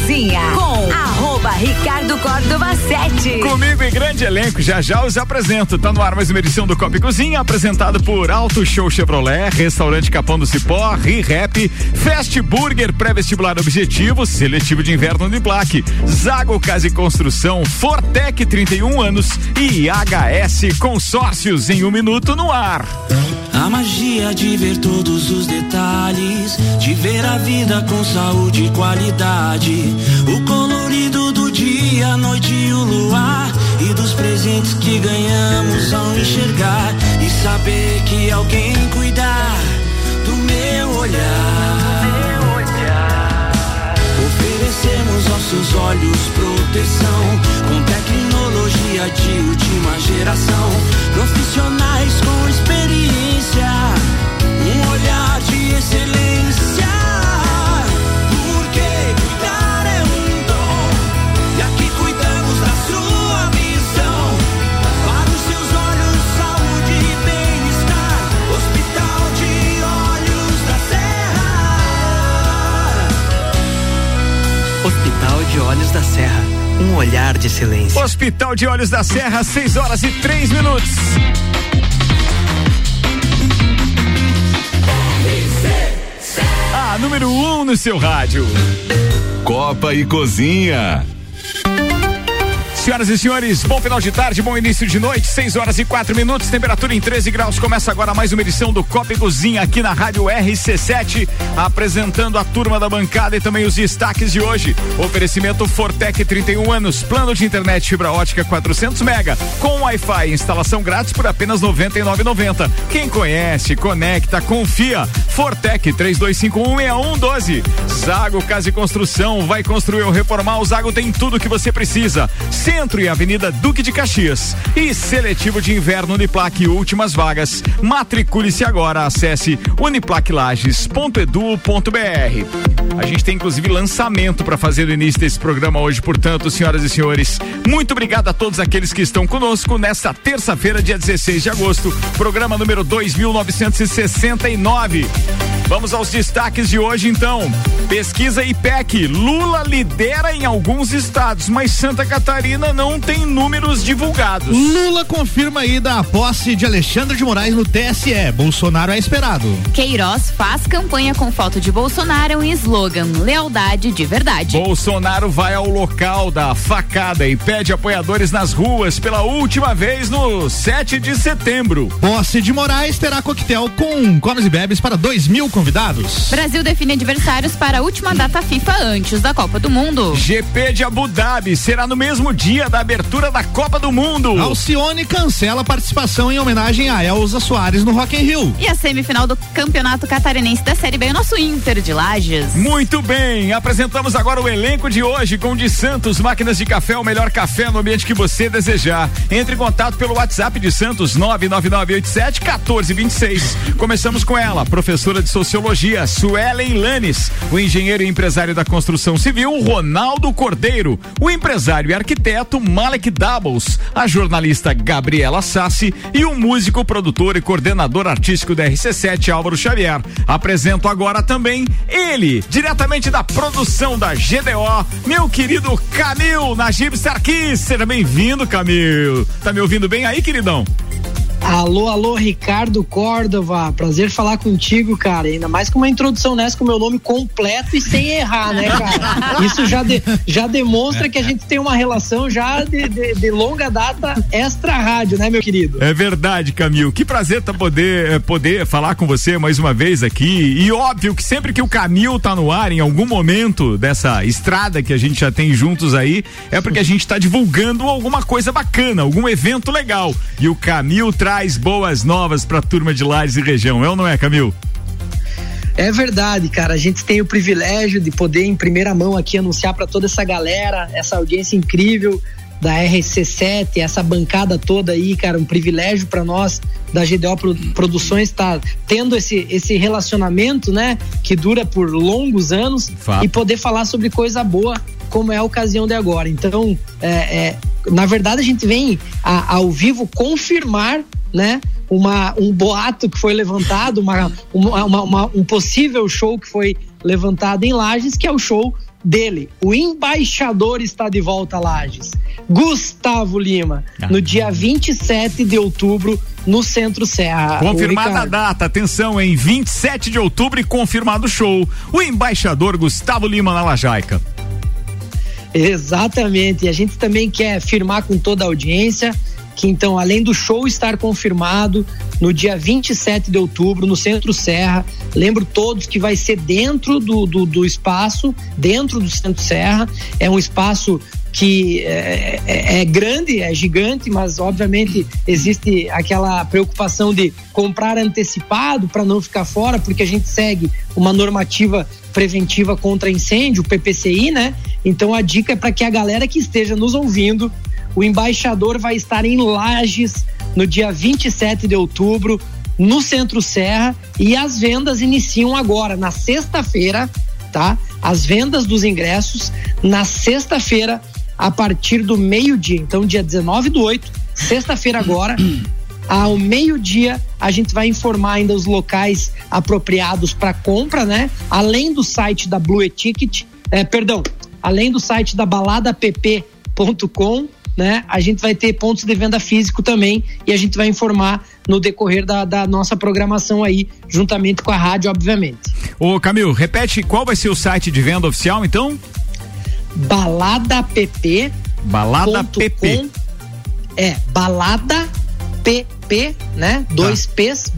Cozinha com @Ricardo Córdova 7. Comigo em grande elenco, já os apresento. Tá no ar mais uma edição do Copa e Cozinha, apresentado por Auto Show Chevrolet, Restaurante Capão do Cipó, ReHap, Fast Burger, Pré-Vestibular Objetivo, Seletivo de Inverno Uniplac, Zago Casa e Construção, Fortec 31 anos e HS Consórcios em 1 minuto no ar. A magia de ver todos os detalhes, de ver a vida com saúde e qualidade, o colorido do dia, a noite e o luar, e dos presentes que ganhamos ao enxergar e saber que alguém cuidar do meu olhar. Oferecemos aos seus olhos proteção, com tecnologia de última geração, profissionais com experiência, um olhar de excelência, porque cuidar é um dom, e aqui cuidamos da sua visão, para os seus olhos, saúde e bem-estar, Hospital de Olhos da Serra. Hospital de Olhos da Serra, um olhar de excelência. Hospital de Olhos da Serra, 6:03. A número 1 no seu rádio. Copa e Cozinha. Senhoras e senhores, bom final de tarde, bom início de noite, 6:04, temperatura em 13 graus. Começa agora mais uma edição do Copa e Cozinha aqui na Rádio RC7, apresentando a turma da bancada e também os destaques de hoje. Oferecimento Fortec 31 anos, plano de internet fibra ótica 400 mega, com Wi-Fi, instalação grátis por apenas R$ 99,90. Quem conhece, conecta, confia. Fortec 32516112. Zago Casa e Construção, vai construir ou reformar, o Zago tem tudo que você precisa. Centro e Avenida Duque de Caxias. E Seletivo de Inverno Uniplac, últimas vagas. Matricule-se agora, acesse uniplaclages.edu.br. A gente tem inclusive lançamento para fazer no início desse programa hoje, portanto, senhoras e senhores, muito obrigado a todos aqueles que estão conosco nesta terça-feira, dia 16 de agosto, programa número 2969. Vamos aos destaques de hoje, então. Pesquisa IPEC, Lula lidera em alguns estados, mas Santa Catarina não tem números divulgados. Lula confirma a ida à posse de Alexandre de Moraes no TSE. Bolsonaro é esperado. Queiroz faz campanha com foto de Bolsonaro e slogan lealdade de verdade. Bolsonaro vai ao local da facada e pede apoiadores nas ruas pela última vez no 7 de setembro. Posse de Moraes terá coquetel com comes e bebes para 2.000 convidados. Brasil define adversários para a última data FIFA antes da Copa do Mundo. GP de Abu Dhabi será no mesmo dia da abertura da Copa do Mundo. Alcione cancela a participação em homenagem a Elza Soares no Rock in Rio. E a semifinal do Campeonato Catarinense da Série B, o nosso Inter de Lages. Muito bem, apresentamos agora o elenco de hoje com de Santos Máquinas de Café, o melhor café no ambiente que você desejar. Entre em contato pelo WhatsApp de Santos 99987-1426. Começamos com ela, professora de Sociologia, Suelen Lanes, o engenheiro e empresário da construção civil, Ronaldo Cordeiro, o empresário e arquiteto Malek Doubles, a jornalista Gabriela Sassi e o músico, produtor e coordenador artístico da RC7, Álvaro Xavier. Apresento agora também ele, diretamente da produção da GDO, meu querido Camil Najib Sarkis. Seja bem-vindo, Camil. Tá me ouvindo bem aí, queridão? Alô, Ricardo Córdova, prazer falar contigo, cara, ainda mais com uma introdução nessa com o meu nome completo e sem errar, né, cara? Isso já demonstra que a gente tem uma relação já de longa data extra rádio, né, meu querido? É verdade, Camil, que prazer poder falar com você mais uma vez aqui, e óbvio que sempre que o Camil tá no ar, em algum momento dessa estrada que a gente já tem juntos aí, é porque a gente tá divulgando alguma coisa bacana, algum evento legal, e o Camil traz boas novas pra turma de Lages e região, é ou não é, Camil? É verdade, cara, a gente tem o privilégio de poder em primeira mão aqui anunciar pra toda essa galera, essa audiência incrível da RC7, essa bancada toda aí, cara, um privilégio pra nós da GDO Produções tá tendo esse relacionamento, né, que dura por longos anos. Fato. E poder falar sobre coisa boa como é a ocasião de agora. Então, na verdade a gente vem ao vivo confirmar, né, um boato que foi levantado, um possível show que foi levantado em Lages, que é o show dele, o embaixador está de volta a Lages, Gustavo Lima, no dia 27 de outubro, no Centro Serra. Confirmada a data, atenção, em 27 de outubro e confirmado o show, o embaixador Gustavo Lima na Lajaica. Exatamente, e a gente também quer firmar com toda a audiência que então, além do show estar confirmado no dia 27 de outubro no Centro Serra, lembro todos que vai ser dentro do espaço, dentro do Centro Serra, é um espaço que é grande, é gigante, mas obviamente existe aquela preocupação de comprar antecipado para não ficar fora, porque a gente segue uma normativa preventiva contra incêndio, o PPCI, né? Então a dica é para que a galera que esteja nos ouvindo, o embaixador vai estar em Lages no dia 27 de outubro, no Centro Serra, e as vendas iniciam agora, na sexta-feira, tá? As vendas dos ingressos na sexta-feira, a partir do meio-dia. Então, dia 19/8, sexta-feira agora, ao meio-dia, a gente vai informar ainda os locais apropriados para compra, né? Além do site da Blue Ticket, além do site da baladapp.com, né? A gente vai ter pontos de venda físico também, e a gente vai informar no decorrer da nossa programação aí, juntamente com a rádio, obviamente. Ô Camil, repete qual vai ser o site de venda oficial, então? baladapp.com. Balada PP, né? 2 P's,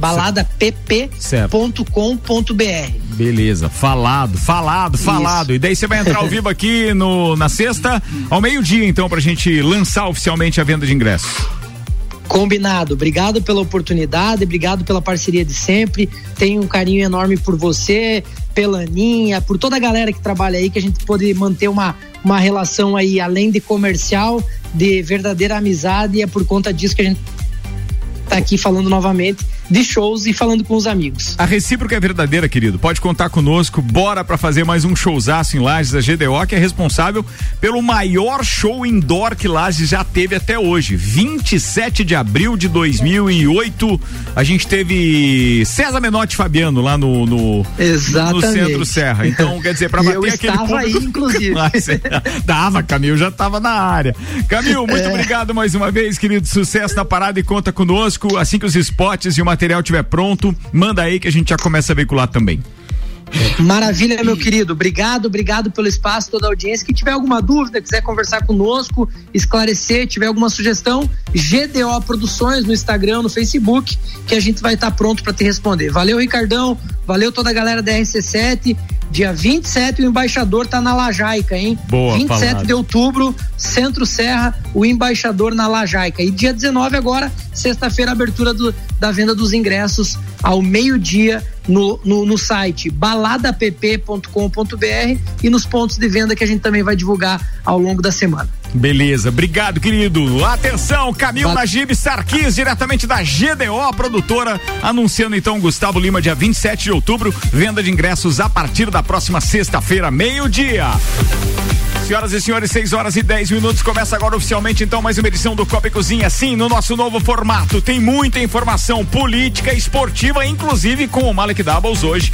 baladapp.com.br. Beleza, falado. Isso. E daí você vai entrar ao vivo aqui na sexta, ao meio-dia, então, pra gente lançar oficialmente a venda de ingressos. Combinado, obrigado pela oportunidade, obrigado pela parceria de sempre, tenho um carinho enorme por você, pela Aninha, por toda a galera que trabalha aí, que a gente pode manter uma relação aí, além de comercial, de verdadeira amizade, e é por conta disso que a gente tá aqui falando novamente de shows e falando com os amigos. A recíproca é verdadeira, querido. Pode contar conosco. Bora pra fazer mais um showzaço em Lages. A GDO, que é responsável pelo maior show indoor que Lages já teve até hoje. 27 de abril de 2008, a gente teve César Menotti e Fabiano lá no Centro Serra. Então, quer dizer, pra bater aquele público... Eu estava aí, inclusive. Dava, Camil, já estava na área. Camil, muito obrigado mais uma vez, querido. Sucesso na parada e conta conosco. Assim que os spots e o material estiver pronto, manda aí que a gente já começa a veicular também. Maravilha, meu querido, obrigado pelo espaço, toda a audiência. Que tiver alguma dúvida, quiser conversar conosco, esclarecer, tiver alguma sugestão, GDO Produções no Instagram, no Facebook, que a gente vai estar pronto para te responder. Valeu, Ricardão, valeu toda a galera da RC7. Dia 27 o embaixador tá na Lajaica, hein? Boa, 27 falado. de outubro, Centro Serra, o embaixador na Lajaica. E dia 19 agora, sexta-feira, abertura da venda dos ingressos ao meio-dia no site baladapp.com.br e nos pontos de venda que a gente também vai divulgar ao longo da semana. Beleza, obrigado, querido. Atenção, Camil Najib Sarquis, diretamente da GDO, produtora, anunciando então Gustavo Lima, dia 27 de outubro, venda de ingressos a partir da próxima sexta-feira, meio-dia. Senhoras e senhores, 6h10, começa agora oficialmente então mais uma edição do Copa e Cozinha, sim, no nosso novo formato. Tem muita informação política, esportiva, inclusive com o Malek Doubles hoje,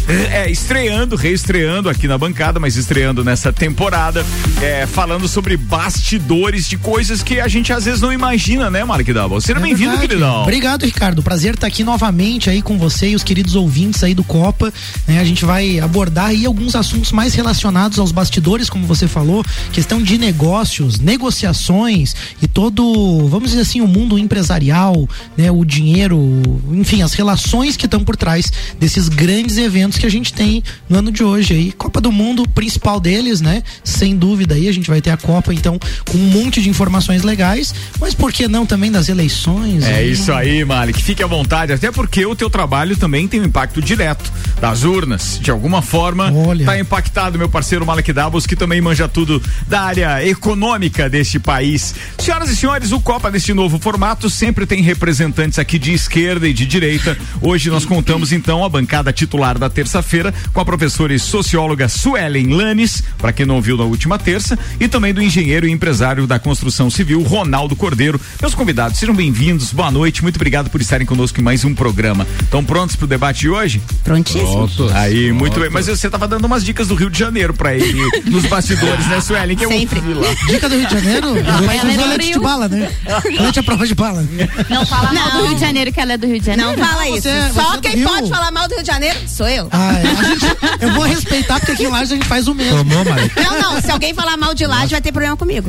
reestreando aqui na bancada, mas estreando nessa temporada, falando sobre bastidores de coisas que a gente às vezes não imagina, né, Malek Doubles? Seja bem-vindo, queridão. Obrigado, Ricardo, prazer estar aqui novamente aí com você e os queridos ouvintes aí do Copa, né? A gente vai abordar aí alguns assuntos mais relacionados aos bastidores, como você falou, questão de negócios, negociações e todo, vamos dizer assim, o mundo empresarial, né, o dinheiro, enfim, as relações que estão por trás desses grandes eventos que a gente tem no ano de hoje aí. Copa do Mundo, principal deles, né? Sem dúvida aí, a gente vai ter a Copa, então, com um monte de informações legais, mas por que não também das eleições? Isso aí, Malik, fique à vontade, até porque o teu trabalho também tem um impacto direto das urnas, de alguma forma. Olha, tá impactado, meu parceiro Malek Doubles, que também manja tudo da área econômica deste país. Senhoras e senhores, o Copa deste novo formato sempre tem representantes aqui de esquerda e de direita. Hoje nós contamos então a bancada titular da terça-feira com a professora e socióloga Suelen Lanes, para quem não ouviu na última terça, e também do engenheiro e empresário da construção civil, Ronaldo Cordeiro. Meus convidados, sejam bem-vindos, boa noite, muito obrigado por estarem conosco em mais um programa. Estão prontos pro debate de hoje? Prontíssimo. Aí, muito bem, mas você tava dando umas dicas do Rio de Janeiro pra ele, nos bastidores, né, Suelen? Que sempre. Dica do Rio de Janeiro? Colete de bala, né? Colete a prova de bala. Não fala mal do Rio de Janeiro, que ela é do Rio de Janeiro. Não fala isso. Só quem pode falar mal do Rio de Janeiro sou eu. Eu vou respeitar, porque aqui em Lages a gente faz o mesmo. Não, se alguém falar mal de Lages vai ter problema comigo.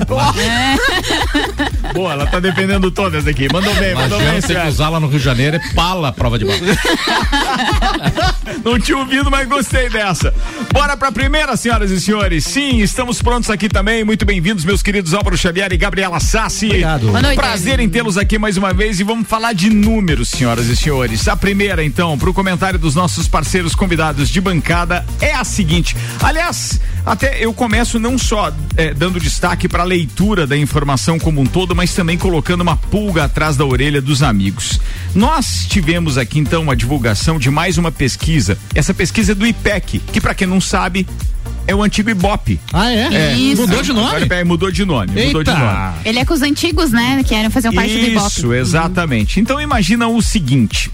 Boa, ela tá defendendo todas aqui. Mandou bem, Tem que usar lá no Rio de Janeiro é pala a prova de bala. Não tinha ouvido, mas gostei dessa. Bora pra primeira, senhoras e senhores. Sim, estamos prontos aqui também. Muito bem-vindos, meus queridos Álvaro Xavier e Gabriela Sassi. Obrigado. Prazer em tê-los aqui mais uma vez e vamos falar de números, senhoras e senhores. A primeira, então, pro comentário dos nossos parceiros convidados de bancada é a seguinte. Aliás, até eu começo não só dando destaque para a leitura da informação como um todo, mas também colocando uma pulga atrás da orelha dos amigos. Nós tivemos aqui então a divulgação de mais uma pesquisa. Essa pesquisa é do IPEC, que para quem não sabe é o antigo Ibope. Ah, é? Isso. Mudou de nome? Agora, mudou de nome. Ele é com os antigos, né? Que eram fazer parte do Ibope. Isso, exatamente. Então imagina o seguinte.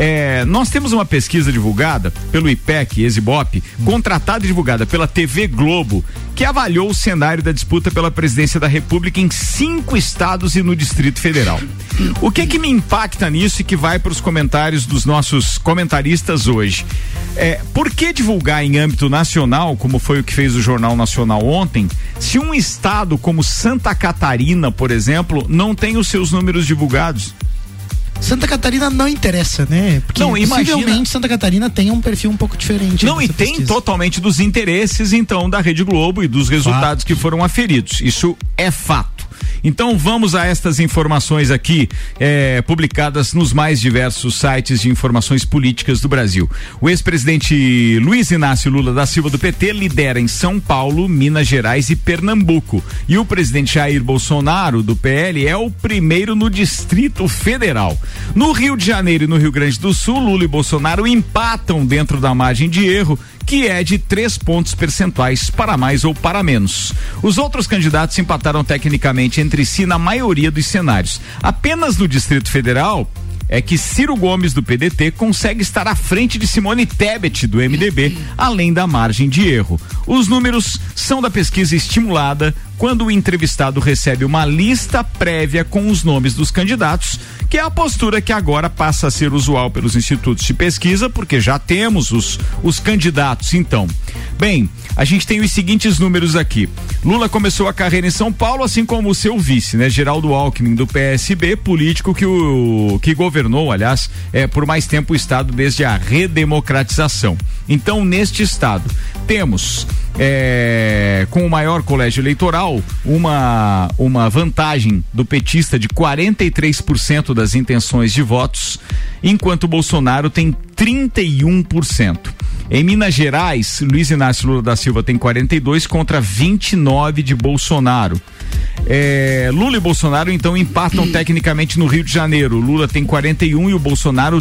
Nós temos uma pesquisa divulgada pelo IPEC, Ex-Ibope, contratada e divulgada pela TV Globo, que avaliou o cenário da disputa pela presidência da República em 5 estados e no Distrito Federal. O que me impacta nisso e que vai para os comentários dos nossos comentaristas hoje? Por que divulgar em âmbito nacional, como foi o que fez o Jornal Nacional ontem, se um estado como Santa Catarina, por exemplo, não tem os seus números divulgados? Santa Catarina não interessa, né? Porque possivelmente Santa Catarina tem um perfil um pouco diferente. Não, e tem pesquisa. Totalmente dos interesses, então, da Rede Globo e dos resultados que foram aferidos. Isso é fato. Então vamos a estas informações aqui, publicadas nos mais diversos sites de informações políticas do Brasil. O ex-presidente Luiz Inácio Lula da Silva do PT lidera em São Paulo, Minas Gerais e Pernambuco. E o presidente Jair Bolsonaro do PL é o primeiro no Distrito Federal. No Rio de Janeiro e no Rio Grande do Sul, Lula e Bolsonaro empatam dentro da margem de erro, que é de 3 pontos percentuais para mais ou para menos. Os outros candidatos empataram tecnicamente entre si na maioria dos cenários. Apenas no Distrito Federal é que Ciro Gomes do PDT consegue estar à frente de Simone Tebet do MDB, além da margem de erro. Os números são da pesquisa estimulada quando o entrevistado recebe uma lista prévia com os nomes dos candidatos, que é a postura que agora passa a ser usual pelos institutos de pesquisa, porque já temos os candidatos. Então, bem, a gente tem os seguintes números aqui. Lula começou a carreira em São Paulo, assim como o seu vice, né? Geraldo Alckmin do PSB, político que governou, aliás, por mais tempo o estado desde a redemocratização. Então, neste estado, temos com o maior colégio eleitoral uma vantagem do petista de 43% das intenções de votos, enquanto Bolsonaro tem 31%. Em Minas Gerais, Luiz Inácio Lula da Silva tem 42 contra 29 de Bolsonaro. Lula e Bolsonaro então empatam tecnicamente no Rio de Janeiro. Lula tem 41 e o Bolsonaro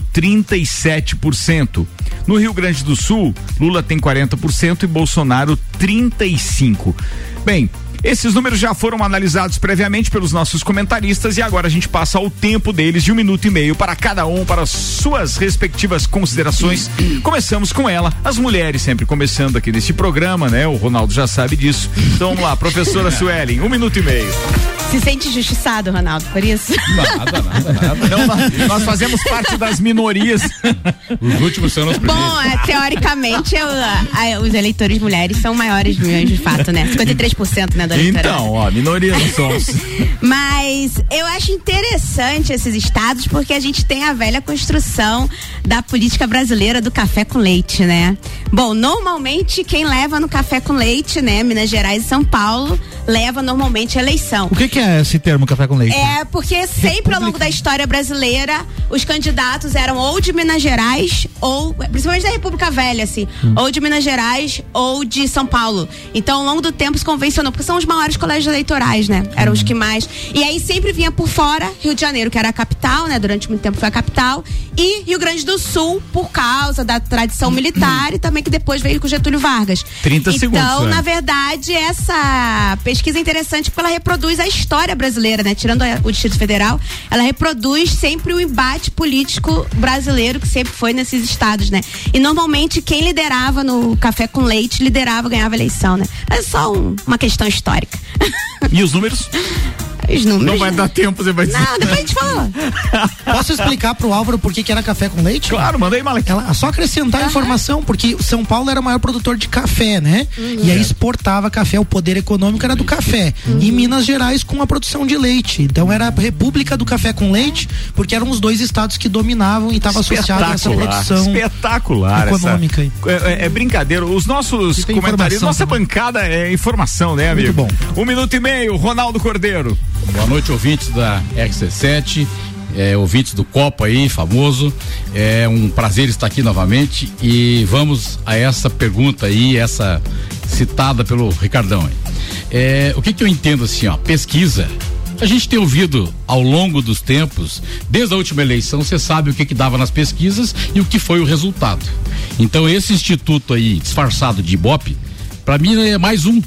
37%. No Rio Grande do Sul, Lula tem 40% e Bolsonaro 35%. Bem, esses números já foram analisados previamente pelos nossos comentaristas e agora a gente passa ao tempo deles de 1 minuto e meio para cada um, para suas respectivas considerações. Começamos com ela, as mulheres sempre começando aqui neste programa, né? O Ronaldo já sabe disso. Então vamos lá, professora Suelen, 1 minuto e meio. Se sente injustiçado, Ronaldo, por isso? Nada. Não, nós fazemos parte das minorias. Os últimos são os primeiros. Bom, teoricamente, os eleitores mulheres são maiores de fato, né? 53%, né, do eleitorado. Então, minoria não somos. Mas eu acho interessante esses estados porque a gente tem a velha construção da política brasileira do café com leite, né? Bom, normalmente quem leva no café com leite, né, Minas Gerais e São Paulo, leva normalmente a eleição. O que é é esse termo café com leite? É, porque sempre ao longo da história brasileira, os candidatos eram ou de Minas Gerais, ou, principalmente da República Velha, assim, ou de Minas Gerais ou de São Paulo. Então, ao longo do tempo se convencionou, porque são os maiores colégios eleitorais, né? Eram os que mais. E aí sempre vinha por fora Rio de Janeiro, que era a capital, né? Durante muito tempo foi a capital, e Rio Grande do Sul, por causa da tradição militar e também que depois veio com Getúlio Vargas. 30 segundos. Então, na verdade, essa pesquisa é interessante porque ela reproduz a história brasileira, né? Tirando o Distrito Federal, ela reproduz sempre o embate político brasileiro que sempre foi nesses estados, né? E normalmente quem liderava no café com leite ganhava a eleição, né? É só uma questão histórica. E os números? Os números. Não vai dar tempo, você vai dizer. Não, depois a gente fala. Posso explicar pro Álvaro por que era café com leite? Claro, manda aí, Malek. Só acrescentar a informação, porque São Paulo era o maior produtor de café, né? E aí exportava café, o poder econômico era do café. E Minas Gerais com a produção de leite. Então era a República do Café com Leite, porque eram os dois estados que dominavam e estava associado a essa produção espetacular econômica. É brincadeira. Os nossos comentários, nossa bancada é informação, né, amigo? Muito bom. 1 minuto e meio, Ronaldo Cordeiro. Boa noite, ouvintes da RC7, ouvintes do Copa aí, famoso. É um prazer estar aqui novamente e vamos a essa pergunta aí, essa citada pelo Ricardão aí. O que eu entendo assim, ó, pesquisa. A gente tem ouvido ao longo dos tempos, desde a última eleição, você sabe o que dava nas pesquisas e o que foi o resultado. Então esse instituto aí, disfarçado de Ibope, pra mim é mais um,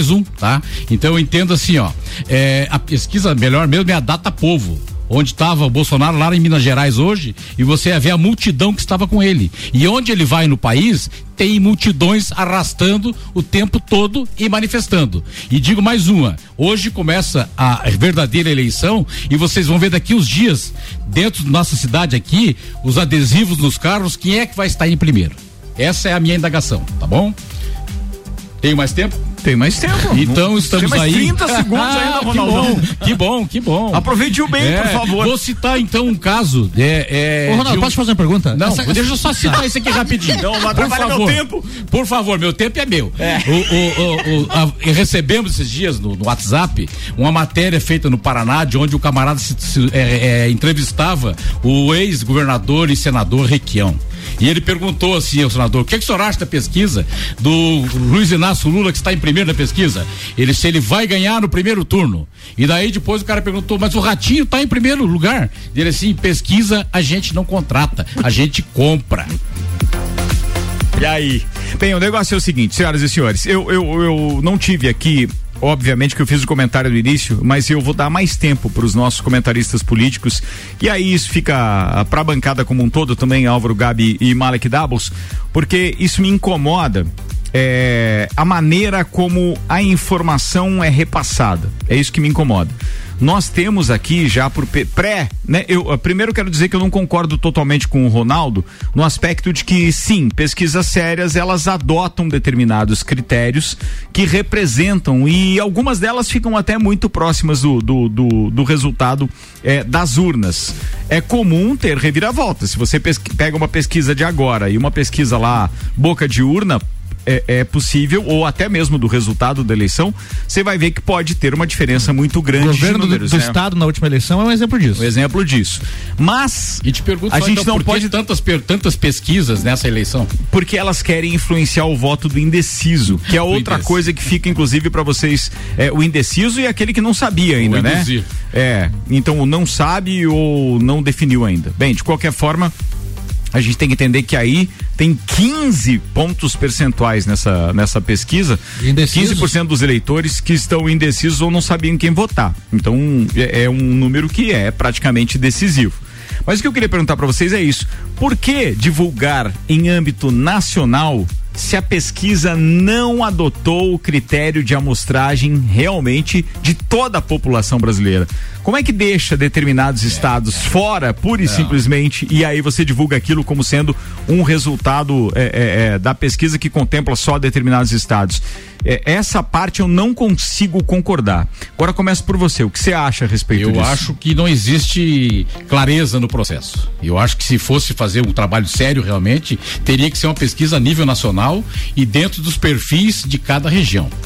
tá? Então eu entendo assim, ó, a pesquisa melhor mesmo é a Datapovo, onde estava o Bolsonaro lá em Minas Gerais hoje, e você ia ver a multidão que estava com ele. E onde ele vai no país, tem multidões arrastando o tempo todo e manifestando. E digo mais uma, hoje começa a verdadeira eleição e vocês vão ver daqui uns dias, dentro da nossa cidade aqui, os adesivos nos carros, quem é que vai estar em primeiro? Essa é a minha indagação, tá bom? Tenho mais tempo? Tem mais tempo. Então estamos tem mais aí. 30 segundos ainda, Ronaldão. Que bom. Aproveite-o bem, por favor. Vou citar então um caso. Ô, Ronaldo, posso fazer uma pergunta? Não, deixa eu só citar isso aqui rapidinho. Não atrapalha meu tempo. Por favor, meu tempo é meu. Recebemos esses dias no WhatsApp uma matéria feita no Paraná, de onde o camarada entrevistava o ex-governador e senador Requião. E ele perguntou assim ao senador: o que o senhor acha da pesquisa do Luiz Inácio Lula, que está em primeiro na pesquisa? Se ele vai ganhar no primeiro turno. E daí depois o cara perguntou: mas o Ratinho está em primeiro lugar? E ele assim: pesquisa a gente não contrata, a gente compra. E aí? Bem, o negócio é o seguinte, senhoras e senhores, eu não tive aqui, obviamente que eu fiz o comentário no início, mas eu vou dar mais tempo para os nossos comentaristas políticos, e aí isso fica para a bancada como um todo também, Álvaro, Gabi e Malek Doubles, porque isso me incomoda. A maneira como a informação é repassada, é isso que me incomoda. Nós temos aqui já por né? Eu primeiro quero dizer que eu não concordo totalmente com o Ronaldo no aspecto de que sim, pesquisas sérias elas adotam determinados critérios que representam, e algumas delas ficam até muito próximas do resultado das urnas. É comum ter reviravoltas. Se você pega uma pesquisa de agora e uma pesquisa lá boca de urna, é possível, ou até mesmo do resultado da eleição, você vai ver que pode ter uma diferença muito grande. O governo do estado na última eleição é um exemplo disso. Mas e te pergunto, a gente então, não pode tantas pesquisas nessa eleição, porque elas querem influenciar o voto do indeciso, que é outra coisa que fica inclusive para vocês, o indeciso e aquele que não sabia ainda, né? Então não sabe ou não definiu ainda. Bem, de qualquer forma, a gente tem que entender que aí tem 15 pontos percentuais nessa pesquisa, indecisos? 15% dos eleitores que estão indecisos ou não sabiam quem votar. Então é um número que é praticamente decisivo. Mas o que eu queria perguntar para vocês é isso: por que divulgar em âmbito nacional se a pesquisa não adotou o critério de amostragem realmente de toda a população brasileira? Como é que deixa determinados estados fora, pura e simplesmente, e aí você divulga aquilo como sendo um resultado da pesquisa que contempla só determinados estados? Essa parte eu não consigo concordar. Agora começo por você, o que você acha a respeito disso? Eu acho que não existe clareza no processo. Eu acho que se fosse fazer um trabalho sério realmente, teria que ser uma pesquisa a nível nacional e dentro dos perfis de cada região.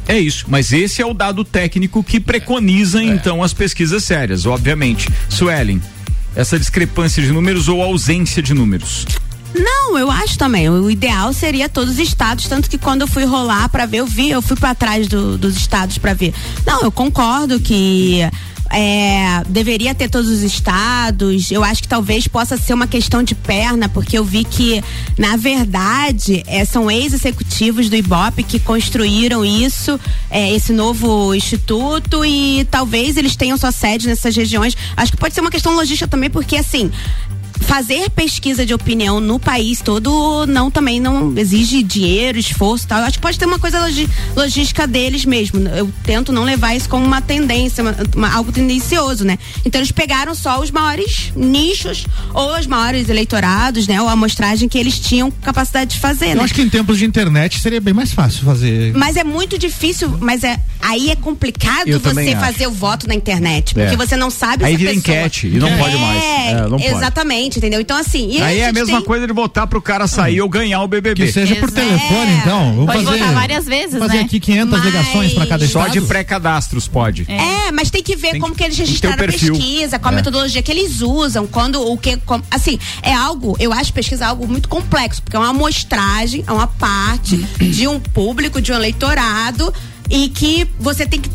É isso, mas esse é o dado técnico que preconiza então as pesquisas sérias, obviamente. Suelen, essa discrepância de números ou ausência de números? Não, eu acho também. O ideal seria todos os estados, tanto que quando eu fui rolar pra ver, eu fui pra trás dos estados pra ver. Não, eu concordo que deveria ter todos os estados. Eu acho que talvez possa ser uma questão de perna, porque eu vi que, na verdade, são ex-executivos do Ibope que construíram isso, esse novo instituto, e talvez eles tenham sua sede nessas regiões. Acho que pode ser uma questão logística também, porque assim, fazer pesquisa de opinião no país todo também não exige dinheiro, esforço e tal. Eu acho que pode ter uma coisa logística deles mesmo. Eu tento não levar isso como uma tendência, algo tendencioso, né? Então eles pegaram só os maiores nichos ou os maiores eleitorados, né? Ou a amostragem que eles tinham capacidade de fazer, Eu acho que em tempos de internet seria bem mais fácil fazer. Mas é muito difícil, aí é complicado você fazer o voto na internet, porque você não sabe aí vira enquete e não pode mais. Não pode. Exatamente, entendeu? Então assim... Aí é a mesma coisa de votar pro cara sair ou ganhar o BBB. Que seja por telefone, então. Pode votar várias vezes, fazer aqui 500 ligações pra cada estado. Só de pré-cadastros pode. Mas tem que ver como que eles registraram a pesquisa, qual a metodologia que eles usam, assim, eu acho pesquisa algo muito complexo, porque é uma amostragem, é uma parte de um público, de um eleitorado, e que você tem que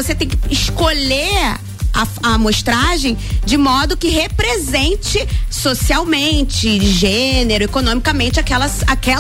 escolher a amostragem de modo que represente socialmente, gênero, economicamente aquela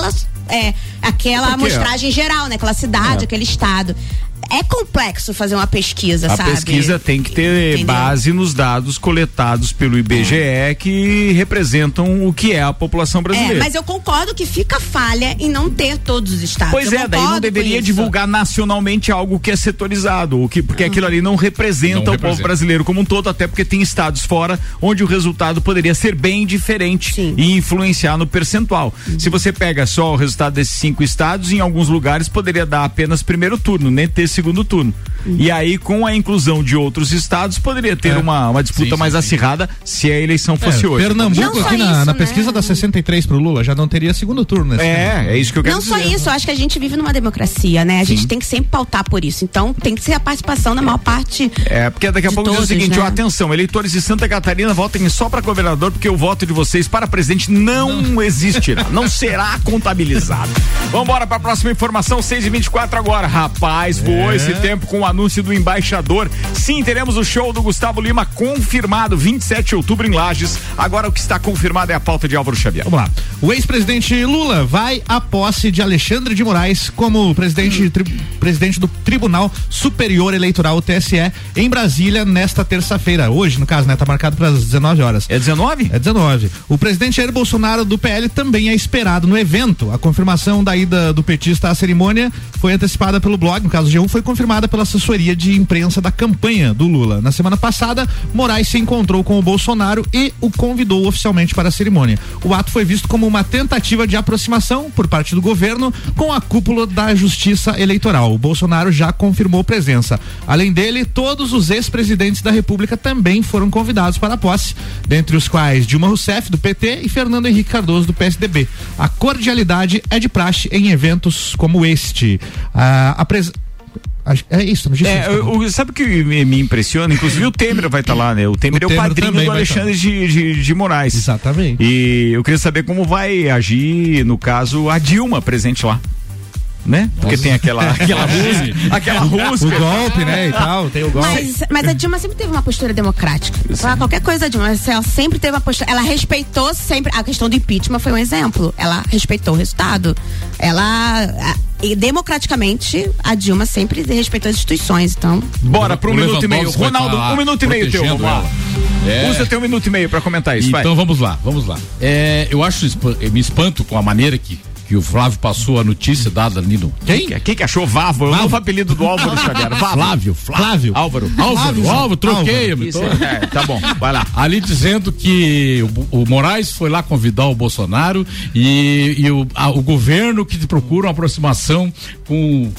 amostragem geral, né? Aquela cidade, aquele estado. É complexo fazer uma pesquisa, sabe? A pesquisa tem que ter base nos dados coletados pelo IBGE que representam o que é a população brasileira. Mas eu concordo que fica falha em não ter todos os estados. Pois daí não deveria divulgar nacionalmente algo que é setorizado, porque aquilo ali não representa o povo brasileiro como um todo, até porque tem estados fora onde o resultado poderia ser bem diferente e influenciar no percentual. Se você pega só o resultado desses 5 estados, em alguns lugares poderia dar apenas primeiro turno, nem ter segundo turno. E aí, com a inclusão de outros estados, poderia ter uma disputa mais acirrada se a eleição fosse hoje. Pernambuco, aqui na pesquisa da 63 pro Lula, já não teria segundo turno. É isso que eu quero dizer. Não só isso, eu acho que a gente vive numa democracia, né? A gente tem que sempre pautar por isso. Então, tem que ser a participação da maior parte. Porque daqui a pouco diz o seguinte, atenção, eleitores de Santa Catarina, votem só para governador, porque o voto de vocês para presidente não existirá, não será contabilizado. Vambora para a próxima informação, 6h24 agora. Rapaz, voou esse tempo com o anúncio do embaixador. Sim, teremos o show do Gustavo Lima confirmado, 27 de outubro em Lages. Agora o que está confirmado é a pauta de Álvaro Xavier. Vamos lá. O ex-presidente Lula vai à posse de Alexandre de Moraes como presidente do Tribunal Superior Eleitoral, TSE, em Brasília nesta terça-feira. Hoje, no caso, né? Tá marcado para as 19 horas. É 19? É 19. O presidente Jair Bolsonaro do PL também é esperado no evento. A confirmação da ida do petista à cerimônia foi antecipada pelo blog, no caso G1, foi confirmada pela assessoria de imprensa da campanha do Lula. Na semana passada, Moraes se encontrou com o Bolsonaro e o convidou oficialmente para a cerimônia. O ato foi visto como uma tentativa de aproximação por parte do governo com a cúpula da Justiça Eleitoral. O Bolsonaro já confirmou presença. Além dele, todos os ex-presidentes da República também foram convidados para a posse, dentre os quais Dilma Rousseff, do PT, e Fernando Henrique Cardoso, do PSDB. A cordialidade é de praxe em eventos como este. É isso, não sabe o que me impressiona? Inclusive o Temer vai estar lá, né? O Temer é o padrinho do Alexandre de Moraes. Exatamente. E eu queria saber como vai agir, no caso, a Dilma presente lá. Né? Porque tem aquela música. O golpe, né? E tal, tem o golpe. Mas a Dilma sempre teve uma postura democrática. Qualquer coisa da Dilma, ela sempre teve uma postura. Ela respeitou sempre. A questão do impeachment foi um exemplo. Ela respeitou o resultado. E democraticamente, a Dilma sempre respeitou as instituições, então. Bora pro 1 minuto e meio. Ronaldo, 1 minuto e meio teu, vamos lá. Usa teu 1 minuto e meio pra comentar isso, então vai. Vamos lá. Eu me espanto com a maneira que o Flávio passou a notícia dada ali no... Quem que achou Vavo? É o novo apelido do Álvaro Xavier. Flávio. Álvaro, troquei. Tá bom, vai lá. Ali dizendo que o Moraes foi lá convidar o Bolsonaro e o governo que procura uma aproximação com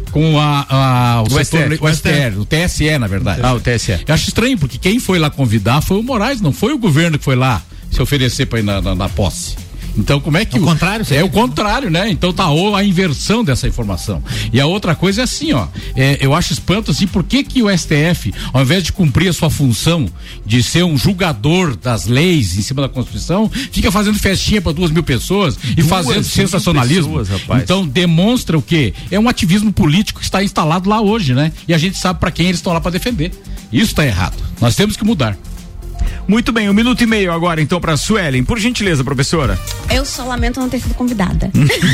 o STR, o TSE, na verdade. O TSE. Eu acho estranho, porque quem foi lá convidar foi o Moraes, não foi o governo que foi lá se oferecer para ir na posse. Então, como é que... É o contrário? É o contrário, né? Então tá a inversão dessa informação. E a outra coisa é assim, ó, eu acho espanto assim, por que o STF, ao invés de cumprir a sua função de ser um julgador das leis em cima da Constituição, fica fazendo festinha para 2.000 pessoas e fazendo sensacionalismo. Pessoas, então demonstra o quê? É um ativismo político que está instalado lá hoje, né? E a gente sabe para quem eles estão lá para defender. Isso tá errado. Nós temos que mudar. Muito bem, 1 minuto e meio agora então pra Suelen. Por gentileza, professora. Eu só lamento não ter sido convidada.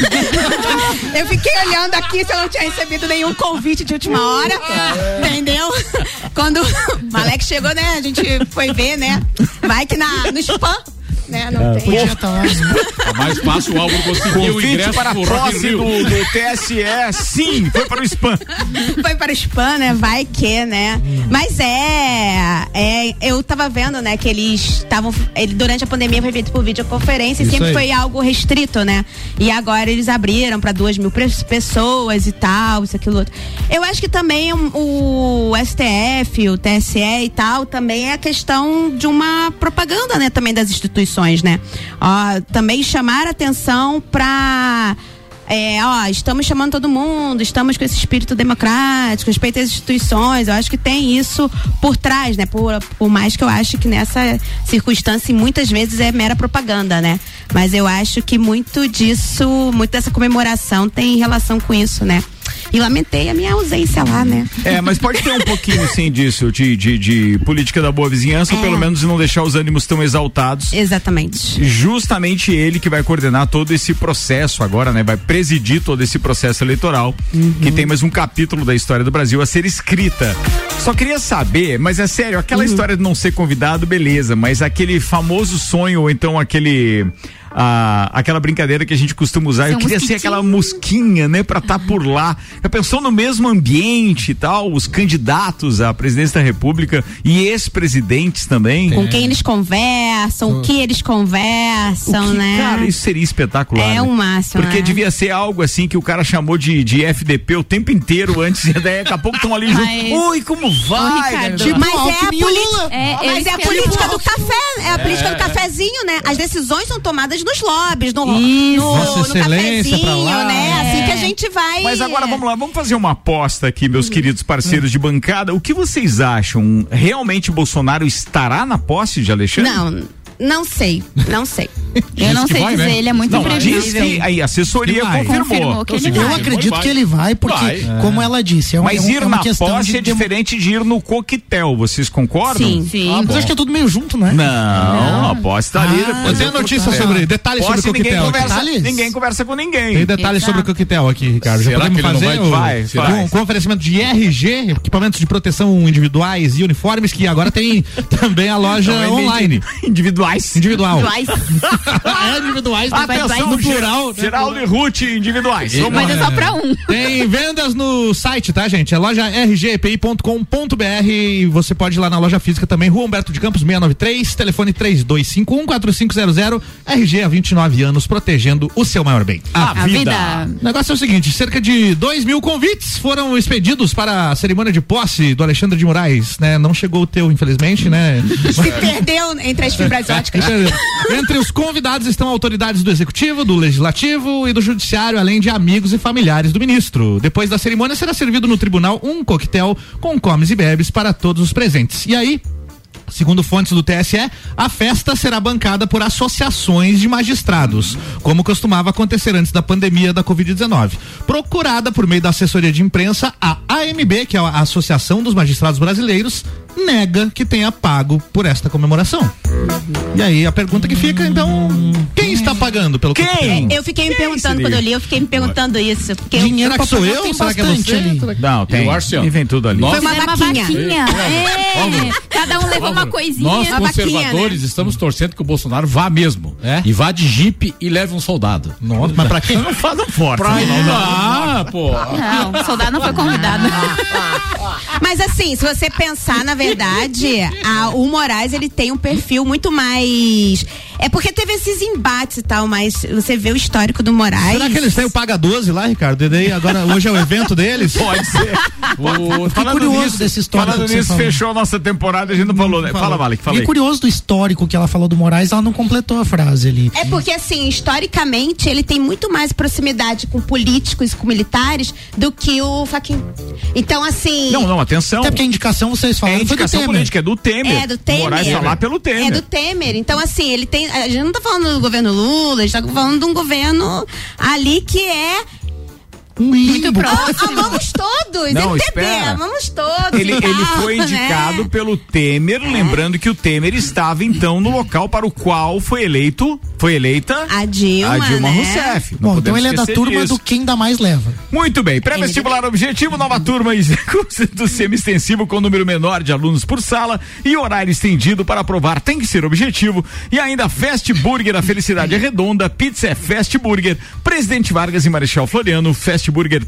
Eu fiquei olhando aqui se eu não tinha recebido nenhum convite de última hora. Entendeu? Quando o Malek chegou, né? A gente foi ver, né? Vai que no spam. Né? Não tem. Podia estar lá. É mais fácil o Álvaro conseguir o ingresso para a posse do TSE, sim, foi para o spam. Foi para o spam, né? Vai que, né? Mas eu tava vendo, né, que eles estavam, durante a pandemia foi feito por videoconferência e sempre foi algo restrito, né? E agora eles abriram para 2.000 pessoas e tal, isso, aquilo, outro. Eu acho que também o STF, o TSE e tal, também é a questão de uma propaganda, né? Também das instituições, né? Também chamar a atenção para estamos chamando todo mundo, estamos com esse espírito democrático, respeito às instituições. Eu acho que tem isso por trás, né? Por mais que eu acho que nessa circunstância muitas vezes é mera propaganda, né? Mas eu acho que muito dessa comemoração tem relação com isso, né? E lamentei a minha ausência lá, né? Mas pode ter um pouquinho, sim, disso, de política da boa vizinhança, ou pelo menos de não deixar os ânimos tão exaltados. Exatamente. Justamente ele que vai coordenar todo esse processo agora, né? Vai presidir todo esse processo eleitoral, que tem mais um capítulo da história do Brasil a ser escrita. Só queria saber, mas é sério, aquela história de não ser convidado, beleza, mas aquele famoso sonho, ou então aquela brincadeira que a gente costuma usar, eu queria ser aquela mosquinha, né, pra estar por lá. Já pensou no mesmo ambiente e tal, os candidatos à presidência da República e ex-presidentes também? Com quem eles conversam, o que eles conversam, né? Cara, isso seria espetacular. É o máximo. Porque devia ser algo assim que o cara chamou de FDP o tempo inteiro antes, e daí daqui a pouco estão ali junto. Oi, como vai? Mas é a política do café, é a política do cafezinho, né? As decisões são tomadas nos lobbies, no cafezinho, né? Assim que a gente vai. Mas agora vamos lá, vamos fazer uma aposta aqui, meus queridos parceiros de bancada. O que vocês acham? Realmente Bolsonaro estará na posse de Alexandre? Não sei. Eu não sei dizer, ele é muito imprevisível. Aí a assessoria confirmou que ele vai. Eu acredito que ele vai, porque, como ela disse, mas ir na questão posse é diferente de ir no coquetel, vocês concordam? Sim. Mas acho que é tudo meio junto, né? Não, a posse tá ali. Eu tenho notícia sobre detalhes sobre o coquetel. Ninguém conversa com ninguém. Tem detalhes sobre o coquetel aqui, Ricardo. Já podemos fazer com oferecimento de RG, equipamentos de proteção individuais e uniformes, que agora tem também a loja online. Individual. Individuais, atenção, no plural. Geraldo e Ruth, individuais. Mas é só pra um. Tem vendas no site, tá, gente? É loja rgpi.com.br e você pode ir lá na loja física também, Rua Humberto de Campos 693, telefone 3251-4500, RG há 29 anos, protegendo o seu maior bem, a vida. O negócio é o seguinte, cerca de 2.000 convites foram expedidos para a cerimônia de posse do Alexandre de Moraes, né? Não chegou o teu, infelizmente, né? Se perdeu entre as fibras óticas. Entre os convidados estão autoridades do Executivo, do Legislativo e do Judiciário, além de amigos e familiares do ministro. Depois da cerimônia será servido no tribunal um coquetel com comes e bebes para todos os presentes. E aí, segundo fontes do TSE, a festa será bancada por associações de magistrados, como costumava acontecer antes da pandemia da Covid-19. Procurada por meio da assessoria de imprensa, a AMB, que é a Associação dos Magistrados Brasileiros, nega que tenha pago por esta comemoração. E aí a pergunta que fica, então, quem está pagando pelo coquetel? Eu fiquei me perguntando quando eu li, isso. Dinheiro que sou eu? Será que é você? Ali. Não, tem. E vem tudo ali. Foi uma vaquinha. Cada um levou uma coisinha. Nós conservadores estamos torcendo que o Bolsonaro vá mesmo. E vá de jipe e leve um soldado. Nossa, mas pra quem? Não faz um forte. Pô. Não, o soldado não foi convidado. Mas assim, se você pensar, na verdade, o Moraes, ele tem um perfil muito mais É porque teve esses embates e tal, mas você vê o histórico do Moraes. Será que eles têm o Paga 12 lá, Ricardo? E daí agora hoje é o evento deles? Pode ser. Curioso desse histórico. Falando nisso, fechou a nossa temporada, a gente não falou, né? Fala, Vale, que falei. E curioso do histórico que ela falou do Moraes, ela não completou a frase ali. É porque, assim, historicamente, ele tem muito mais proximidade com políticos e com militares do que o Fachin. Então, assim... Não, atenção. Até porque a indicação, vocês falaram, é indicação política, é do Temer. É do Temer. Moraes tá lá pelo Temer. É do Temer. Então, assim, ele tem... A gente não tá falando do governo Lula, a gente tá falando de um governo ali que é... muito próximo. Amamos todos, não, MPB, espera. amamos todos. Ele foi indicado, né, pelo Temer, lembrando que o Temer estava então no local para o qual foi eleita a Dilma, né? Rousseff. Bom, então ele é da turma disso. Do quem dá mais leva. Muito bem, pré-vestibular objetivo, nova turma do semi-extensivo com número menor de alunos por sala e horário estendido para aprovar tem que ser objetivo, e ainda Fast Burger, a felicidade é redonda, pizza é Fast Burger, Presidente Vargas e Marechal Floriano, Fast Burger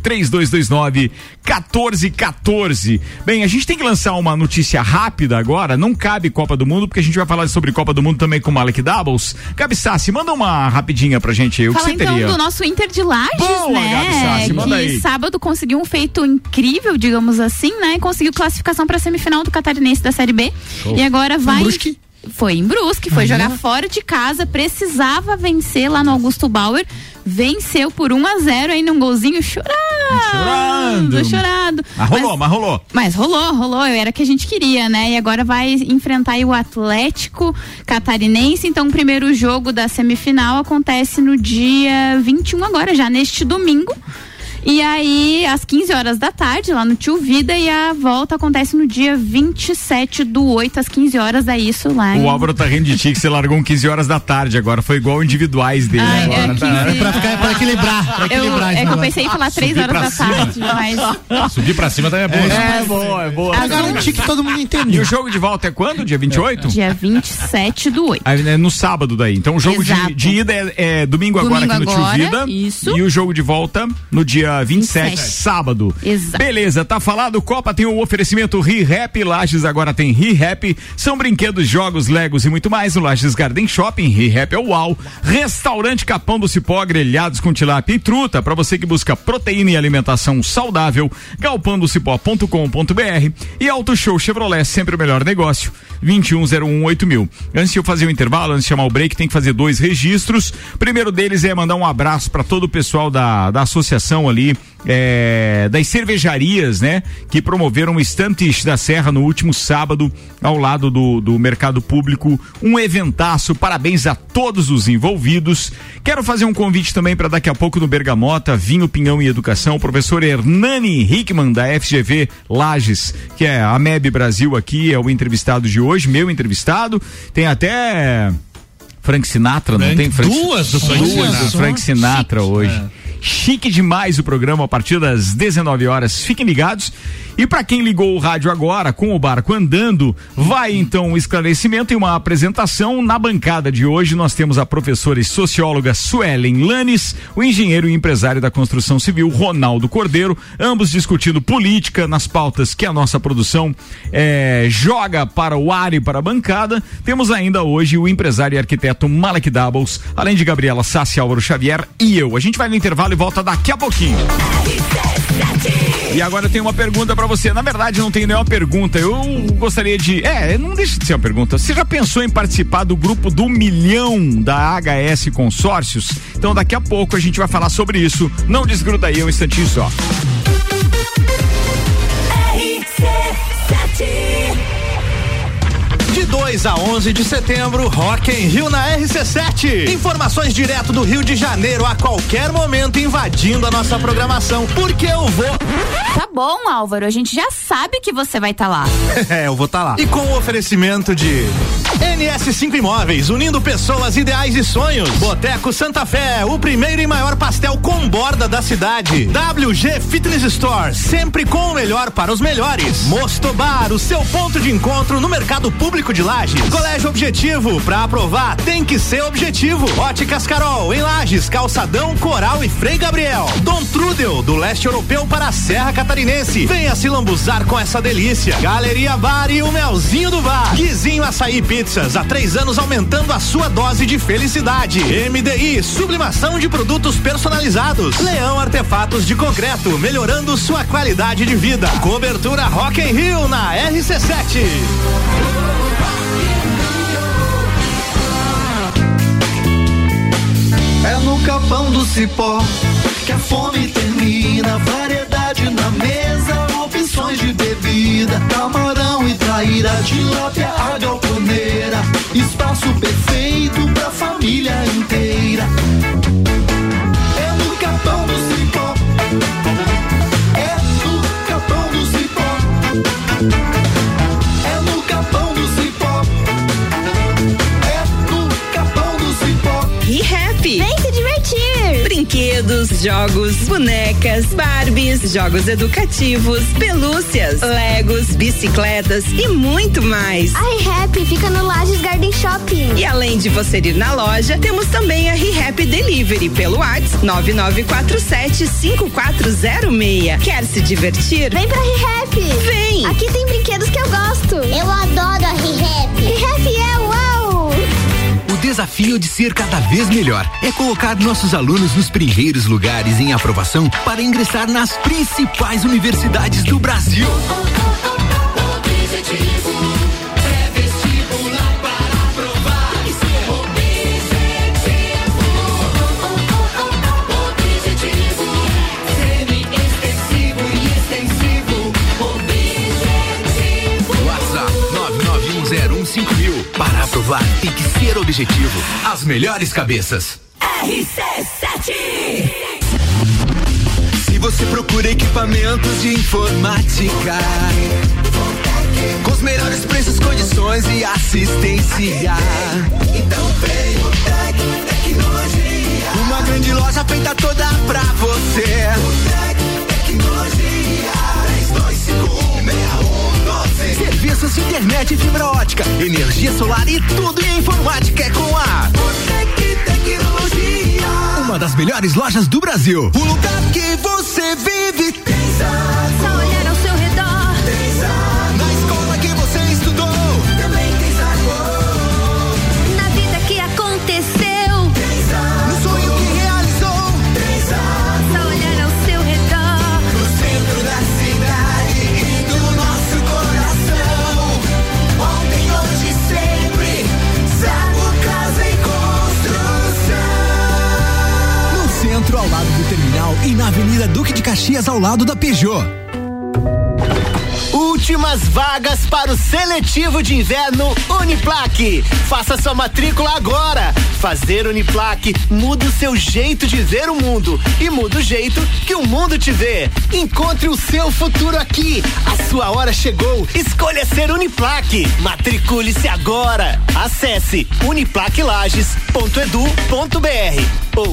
3229-1414. Bem, a gente tem que lançar uma notícia rápida agora, não cabe Copa do Mundo, porque a gente vai falar sobre Copa do Mundo também com o Malek Doubles. Gabi Sassi, manda uma rapidinha pra gente aí, o que você teria? Então do nosso Inter de Lages, boa, né? Gabi Sassi, manda que aí. Sábado conseguiu um feito incrível, digamos assim, né? E conseguiu classificação pra semifinal do Catarinense da Série B. Oh. E agora vai... Foi em Brusque, foi jogar fora de casa, precisava vencer lá no Augusto Bauer, venceu por 1-0 aí num golzinho chorando. Mas rolou, era o que a gente queria, né? E agora vai enfrentar aí o Atlético Catarinense, então o primeiro jogo da semifinal acontece no dia 21 agora, já neste domingo. E aí, às 15 horas da tarde, lá no Tio Vida, e a volta acontece no dia 27/8, às 15 horas, é isso lá. O Álvaro tá rindo de ti que você largou 15 horas da tarde, agora foi igual individuais dele. Agora, pra equilibrar. É que eu pensei em falar 3 horas da tarde, mas... Subir pra cima também é bom. É boa. Pra garantir que todo mundo entende. E o jogo de volta é quando? Dia 28? Dia 27/8. É no sábado daí. Então o jogo de ida é domingo agora aqui no Tio Vida. Isso. E o jogo de volta no dia 27, sábado. Exato. Beleza, tá falado. Copa tem um oferecimento ReHap, Lages agora tem ReHap. São brinquedos, jogos, legos e muito mais no Lages Garden Shopping. ReHap é o UAU. Restaurante Capão do Cipó, grelhados com tilápia e truta, para você que busca proteína e alimentação saudável. galpandocipó.com.br e Auto Show Chevrolet, sempre o melhor negócio. 21018000. Antes de eu fazer o intervalo, antes de chamar o break, tem que fazer 2 registros. O primeiro deles é mandar um abraço para todo o pessoal da associação ali, das cervejarias, né? Que promoveram o Estantes da Serra no último sábado, ao lado do Mercado Público. Um eventaço, parabéns a todos os envolvidos. Quero fazer um convite também para daqui a pouco no Bergamota, Vinho, Pinhão e Educação, o professor Hernani Hickman, da FGV Lages, que é a MEB Brasil aqui, é o entrevistado de hoje, meu entrevistado. Tem até Frank Sinatra, não tem? Duas do Frank Sinatra hoje. Chique demais o programa a partir das 19 horas. Fiquem ligados. E para quem ligou o rádio agora, com o barco andando, vai então um esclarecimento e uma apresentação. Na bancada de hoje nós temos a professora e socióloga Suelen Lanes, o engenheiro e empresário da construção civil Ronaldo Cordeiro, ambos discutindo política nas pautas que a nossa produção joga para o ar e para a bancada. Temos ainda hoje o empresário e arquiteto Malek Doubles, além de Gabriela Sassi, Álvaro Xavier e eu. A gente vai no intervalo e volta daqui a pouquinho. E agora eu tenho uma pergunta pra você. Na verdade, não tenho nenhuma pergunta. Eu gostaria de... não deixa de ser uma pergunta. Você já pensou em participar do grupo do 1 milhão da HS Consórcios? Então daqui a pouco a gente vai falar sobre isso. Não desgruda aí, um instantinho só. De 2 a 11 de setembro, Rock in Rio na RC7. Informações direto do Rio de Janeiro a qualquer momento invadindo a nossa programação, porque eu vou. Tá bom, Álvaro, a gente já sabe que você vai estar lá. Eu vou estar lá. E com o oferecimento de NS5 Imóveis, unindo pessoas, ideais e sonhos. Boteco Santa Fé, o primeiro e maior pastel com borda da cidade. WG Fitness Store, sempre com o melhor para os melhores. Mostobar, o seu ponto de encontro no mercado público de Lages. Colégio Objetivo, pra aprovar tem que ser objetivo. Óticas Carol, em Lages, Calçadão, Coral e Frei Gabriel. Dom Trudel, do leste europeu para a Serra Catarinense. Venha se lambuzar com essa delícia. Galeria Bar e o Melzinho do Bar. Guizinho Açaí Pizza Pizzas, há 3 anos aumentando a sua dose de felicidade. MDI, sublimação de produtos personalizados. Leão Artefatos de Concreto, melhorando sua qualidade de vida. Cobertura Rock in Rio na RC7. É no Capão do Cipó que a fome termina, variedade na mesa, opções de bebida, camarão e traíra, tilápia, a galponeira, espaço perfeito pra família inteira. É no Capão do Cipó, é no Capão do Cipó, é no Capão do Cipó, é no Capão do Cipó. ReHap. Vem se divertir. Brinquedos, jogos, bonecas, Barbies, jogos educativos, pelúcias, Legos, bicicletas e muito mais. A ReHap fica no Lages Garden Shopping. E além de você ir na loja, temos também a ReHap Delivery pelo WhatsApp 99475406. Quer se divertir? Vem pra ReHap. Vem! Aqui tem brinquedos que eu gosto. Eu adoro a ReHap. ReHap é uau! O desafio de ser cada vez melhor é colocar nossos alunos nos primeiros lugares em aprovação para ingressar nas principais universidades do Brasil. WhatsApp 991015000. Para aprovar tem que ser objetivo. As melhores cabeças. RC7. Se você procura equipamentos de informática com os melhores preços, condições e assistência, então vem o Tecnologia. Uma grande loja feita toda pra você. O Tecnologia 32516112. Serviços de internet e fibra ótica, energia solar e tudo em informática é com a Tecnologia. Uma das melhores lojas do Brasil. O lugar que você vive tem Só olhar ao seu redor. Na escola que você estudou também tem sabor. Na vida que aconteceu. No sonho que realizou tem Só olhar ao seu redor. no centro da cidade e do nosso coração. Ontem, hoje, sempre. Zago Casa e Construção. No centro, ao lado do terminal, e na Avenida Duque de Caxias, ao lado da Peugeot. Últimas vagas para o seletivo de inverno Uniplac. Faça sua matrícula agora. Fazer Uniplac muda o seu jeito de ver o mundo e muda o jeito que o mundo te vê. Encontre o seu futuro aqui. A sua hora chegou. Escolha ser Uniplac. Matricule-se agora. Acesse uniplaclages.edu.br ou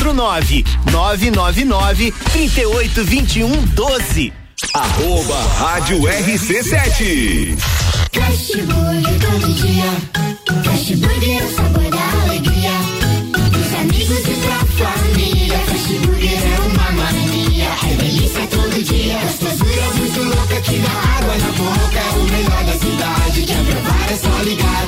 49999382112. @Rádio RC7. Fast Burger todo dia. Fast Burger é o sabor da alegria. Dos amigos e pra família. Fast Burger é uma mania. É delícia todo dia. Gostosura muito louca que dá água na boca. É o melhor da cidade. Quer provar é só ligar.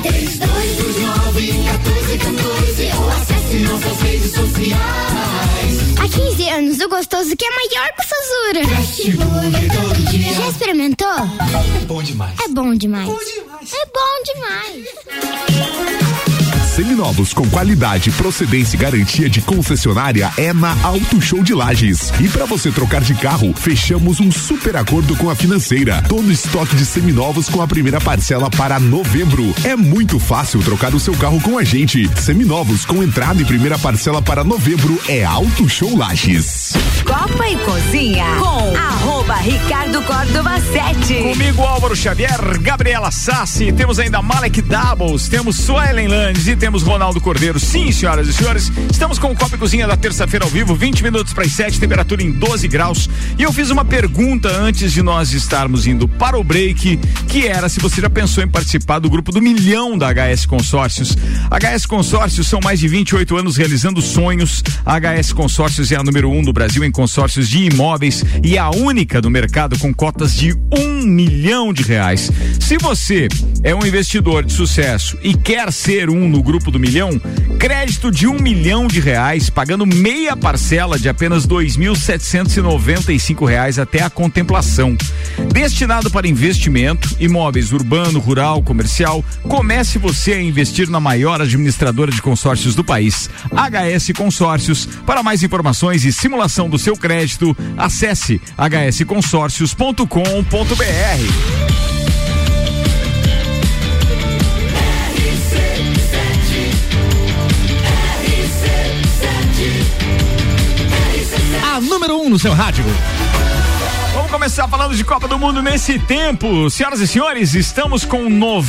3229-1414 ou acesse nossas redes sociais. Há 15 anos o gostoso que é maior que gostosura. Fast Burger todo dia. Já experimentou? É bom demais. É bom demais. É bom demais. Seminovos com qualidade, procedência e garantia de concessionária é na Auto Show de Lages. E para você trocar de carro, fechamos um super acordo com a financeira. Todo estoque de seminovos com a primeira parcela para novembro. É muito fácil trocar o seu carro com a gente. Seminovos com entrada e primeira parcela para novembro é Auto Show Lages. Copa e Cozinha com @Ricardo Córdova 7. Comigo, Álvaro Xavier, Gabriela Sassi, temos ainda Malek Doubles, temos Suelen Landes e temos Ronaldo Cordeiro. Sim, senhoras e senhores, estamos com o Copa e Cozinha da terça-feira ao vivo, 20 minutos para as 7, temperatura em 12 graus. E eu fiz uma pergunta antes de nós estarmos indo para o break, que era se você já pensou em participar do grupo do milhão da HS Consórcios. HS Consórcios são mais de 28 anos realizando sonhos. A HS Consórcios é a número 1 do Brasil em consórcios de imóveis e a única única no mercado com cotas de R$1 milhão. Se você é um investidor de sucesso e quer ser um no grupo do milhão, crédito de R$1 milhão, pagando meia parcela de apenas R$2.795 até a contemplação. Destinado para investimento, imóveis urbano, rural, comercial. Comece você a investir na maior administradora de consórcios do país, HS Consórcios. Para mais informações e simulação do seu crédito, acesse hsconsórcios.com.br. A número 1 no seu rádio. Vamos começar falando de Copa do Mundo nesse tempo. Senhoras e senhores, estamos com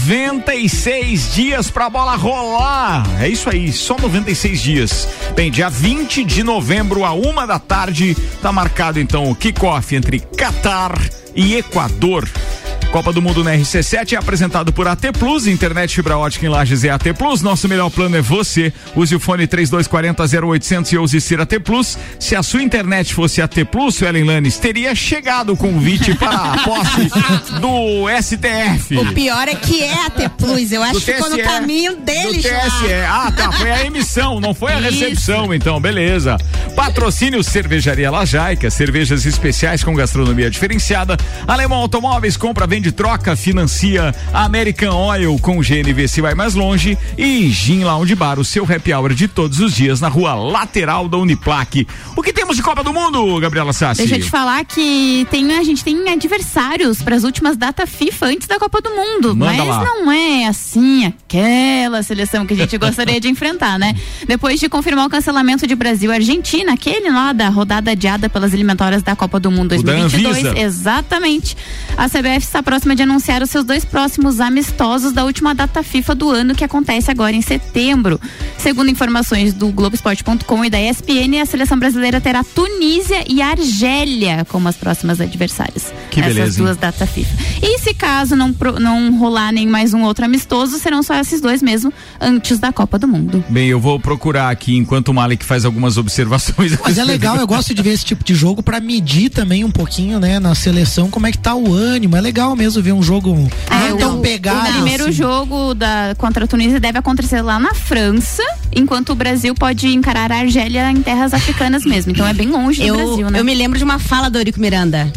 96 dias pra bola rolar. É isso aí, só 96 dias. Bem, dia 20 de novembro, à 1h, tá marcado então o kickoff entre Catar e Equador. Copa do Mundo na RC7 é apresentado por AT Plus, internet fibra ótica em Lages é AT Plus, nosso melhor plano é você. Use o fone 3240-0800 e use ser AT Plus. Se a sua internet fosse AT Plus, Suelen Lanes, teria chegado o convite para a posse do STF. O pior é que é AT Plus, eu acho que ficou no caminho deles do TSE. Ah, tá, foi a emissão, não foi a recepção, então, beleza. Patrocínio Cervejaria Lajaica, cervejas especiais com gastronomia diferenciada. Alemão Automóveis, compra, vende, troca, financia. American Oil, com GNV se vai mais longe. E Gin Lounge Bar, o seu happy hour de todos os dias na rua lateral da Uniplac. O que temos de Copa do Mundo, Gabriela Sassi? Deixa eu te falar que a gente tem adversários para as últimas datas FIFA antes da Copa do Mundo. Manda mas lá. Não é assim aquela seleção que a gente gostaria de enfrentar, né? Depois de confirmar o cancelamento de Brasil e Argentina, aquele lá da rodada adiada pelas eliminatórias da Copa do Mundo 2022. Exatamente. A CBF está próxima de anunciar os seus 2 próximos amistosos da última data FIFA do ano, que acontece agora em setembro. Segundo informações do Globoesporte.com e da ESPN, a seleção brasileira terá Tunísia e Argélia como as próximas adversárias. Que beleza, essas duas datas FIFA. E se caso não rolar nem mais um outro amistoso, serão só esses 2 mesmo, antes da Copa do Mundo. Bem, eu vou procurar aqui enquanto o Malik faz algumas observações. Mas é legal, eu gosto de ver esse tipo de jogo pra medir também um pouquinho, né, na seleção, como é que tá o ânimo. É legal mesmo ver um jogo não tão pegado. O primeiro assim. jogo contra a Tunísia deve acontecer lá na França, enquanto o Brasil pode encarar a Argélia em terras africanas mesmo. Então é bem longe do Brasil, né? Eu me lembro de uma fala do Eurico Miranda.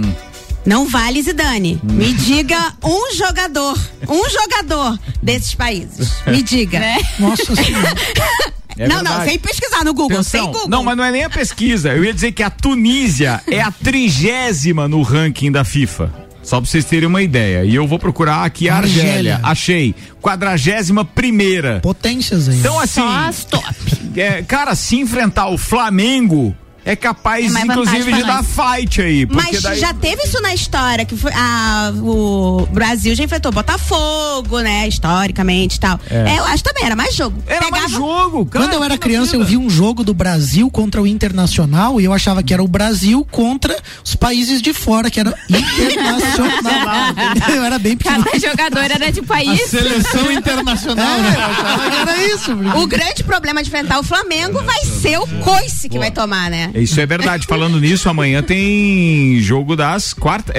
Não vale Zidane. Me diga um jogador desses países. Me diga. Né? Nossa Senhora. Não, sem pesquisar no Google, Atenção. sem Google. Não, mas não é nem a pesquisa. Eu ia dizer que a Tunísia é a 30ª no ranking da FIFA. Só pra vocês terem uma ideia. E eu vou procurar aqui a Argélia. Achei. 41ª. Potências aí. Então, assim. Só as top. Cara, se enfrentar o Flamengo, é capaz, inclusive, de dar fight aí. Mas daí... já teve isso na história, que foi, o Brasil já enfrentou Botafogo, né, historicamente e tal. Eu acho também, era mais jogo. Mais jogo, cara. Quando eu era criança, eu vi um jogo do Brasil contra o Internacional e eu achava que era o Brasil contra os países de fora, que era Internacional. Eu era bem pequeno. Cada jogador era de país. A seleção internacional, né? Era isso. O grande problema de enfrentar o Flamengo vai ser o coice que vai tomar, né? Isso é verdade. Falando nisso, amanhã tem jogo das quartas.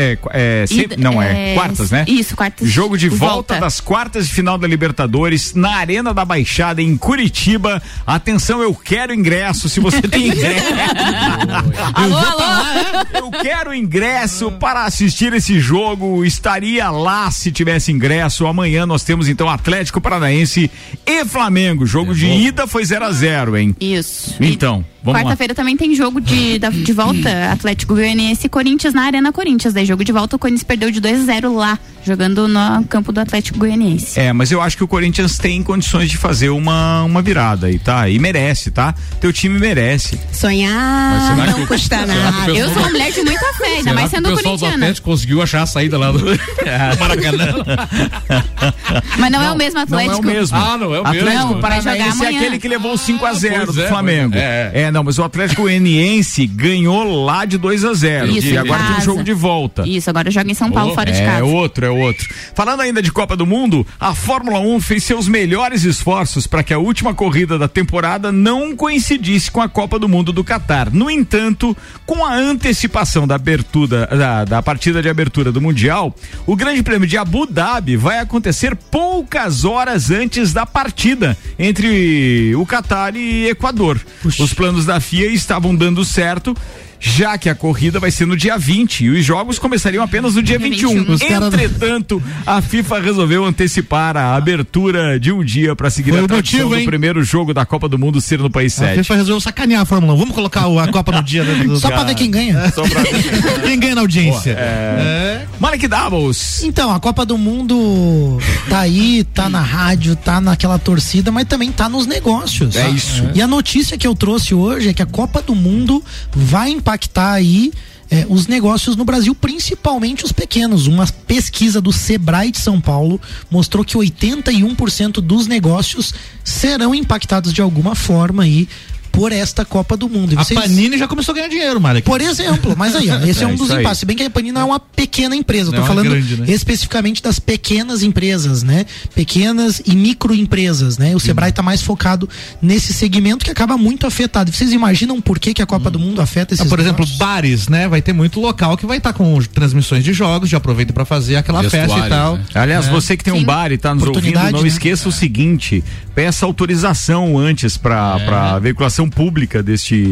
Quartas, né? Isso, quartas. Jogo de volta das quartas de final da Libertadores na Arena da Baixada, em Curitiba. Atenção, eu quero ingresso. Se você tem ingresso. Alô. Eu quero ingresso para assistir esse jogo. Estaria lá se tivesse ingresso. Amanhã nós temos então Atlético Paranaense e Flamengo. Jogo de ida foi 0-0, hein? Isso. Então, vamos lá. Quarta-feira também tem jogo de volta, Atlético Goianiense e Corinthians na Arena Corinthians. Daí jogo de volta, o Corinthians perdeu de 2-0 lá, jogando no campo do Atlético Goianiense. Mas eu acho que o Corinthians tem condições de fazer uma virada aí, tá? E merece, tá? Teu time merece. Sonhar não custa nada. Eu sou uma mulher de muita fé, ainda mais sendo corintiana. O pessoal do Atlético conseguiu achar a saída lá do Maracanã. Mas não é o mesmo Atlético. Não é o mesmo. Não é o mesmo. Atlético Paranaense é aquele que levou 5-0 do Flamengo. Não, mas o Atlético Goianiense ganhou lá de 2-0. Isso, e agora tem um jogo de volta. Isso, agora joga em São Paulo, fora de casa. É outro. é outro. Falando ainda de Copa do Mundo, a Fórmula 1 fez seus melhores esforços para que a última corrida da temporada não coincidisse com a Copa do Mundo do Catar. No entanto, com a antecipação da abertura da partida de abertura do Mundial, o Grande Prêmio de Abu Dhabi vai acontecer poucas horas antes da partida entre o Catar e Equador. Os planos da FIA estavam dando certo, já que a corrida vai ser no dia 20 e os jogos começariam apenas no dia 21. Entretanto, a FIFA resolveu antecipar a abertura de um dia para seguir a tradição do primeiro jogo da Copa do Mundo ser no país sede. A FIFA resolveu sacanear a Fórmula 1. Vamos colocar a Copa no dia. Só pra ver quem ganha. Só pra ver. Quem ganha na audiência. Malek Doubles. Então, a Copa do Mundo tá aí, tá na rádio, tá naquela torcida, mas também tá nos negócios. É isso. E a notícia que eu trouxe hoje é que a Copa do Mundo vai impactar aí os negócios no Brasil, principalmente os pequenos. Uma pesquisa do Sebrae de São Paulo mostrou que 81% dos negócios serão impactados de alguma forma aí por esta Copa do Mundo. A Panini já começou a ganhar dinheiro, Malek. Por exemplo, mas aí, ó, esse é um dos impasses. Se bem que a Panini não é uma pequena empresa, eu tô falando grande, né? Especificamente das pequenas empresas, né? Pequenas e microempresas, né? O Sebrae tá mais focado nesse segmento que acaba muito afetado. Vocês imaginam por que a Copa do Mundo afeta esses por exemplo, bares, né? Vai ter muito local que vai estar com transmissões de jogos, já aproveita para fazer aquela festa e tal. Né? Aliás, você que tem um bar e tá nos ouvindo, não esqueça o seguinte, peça autorização antes para veiculação pública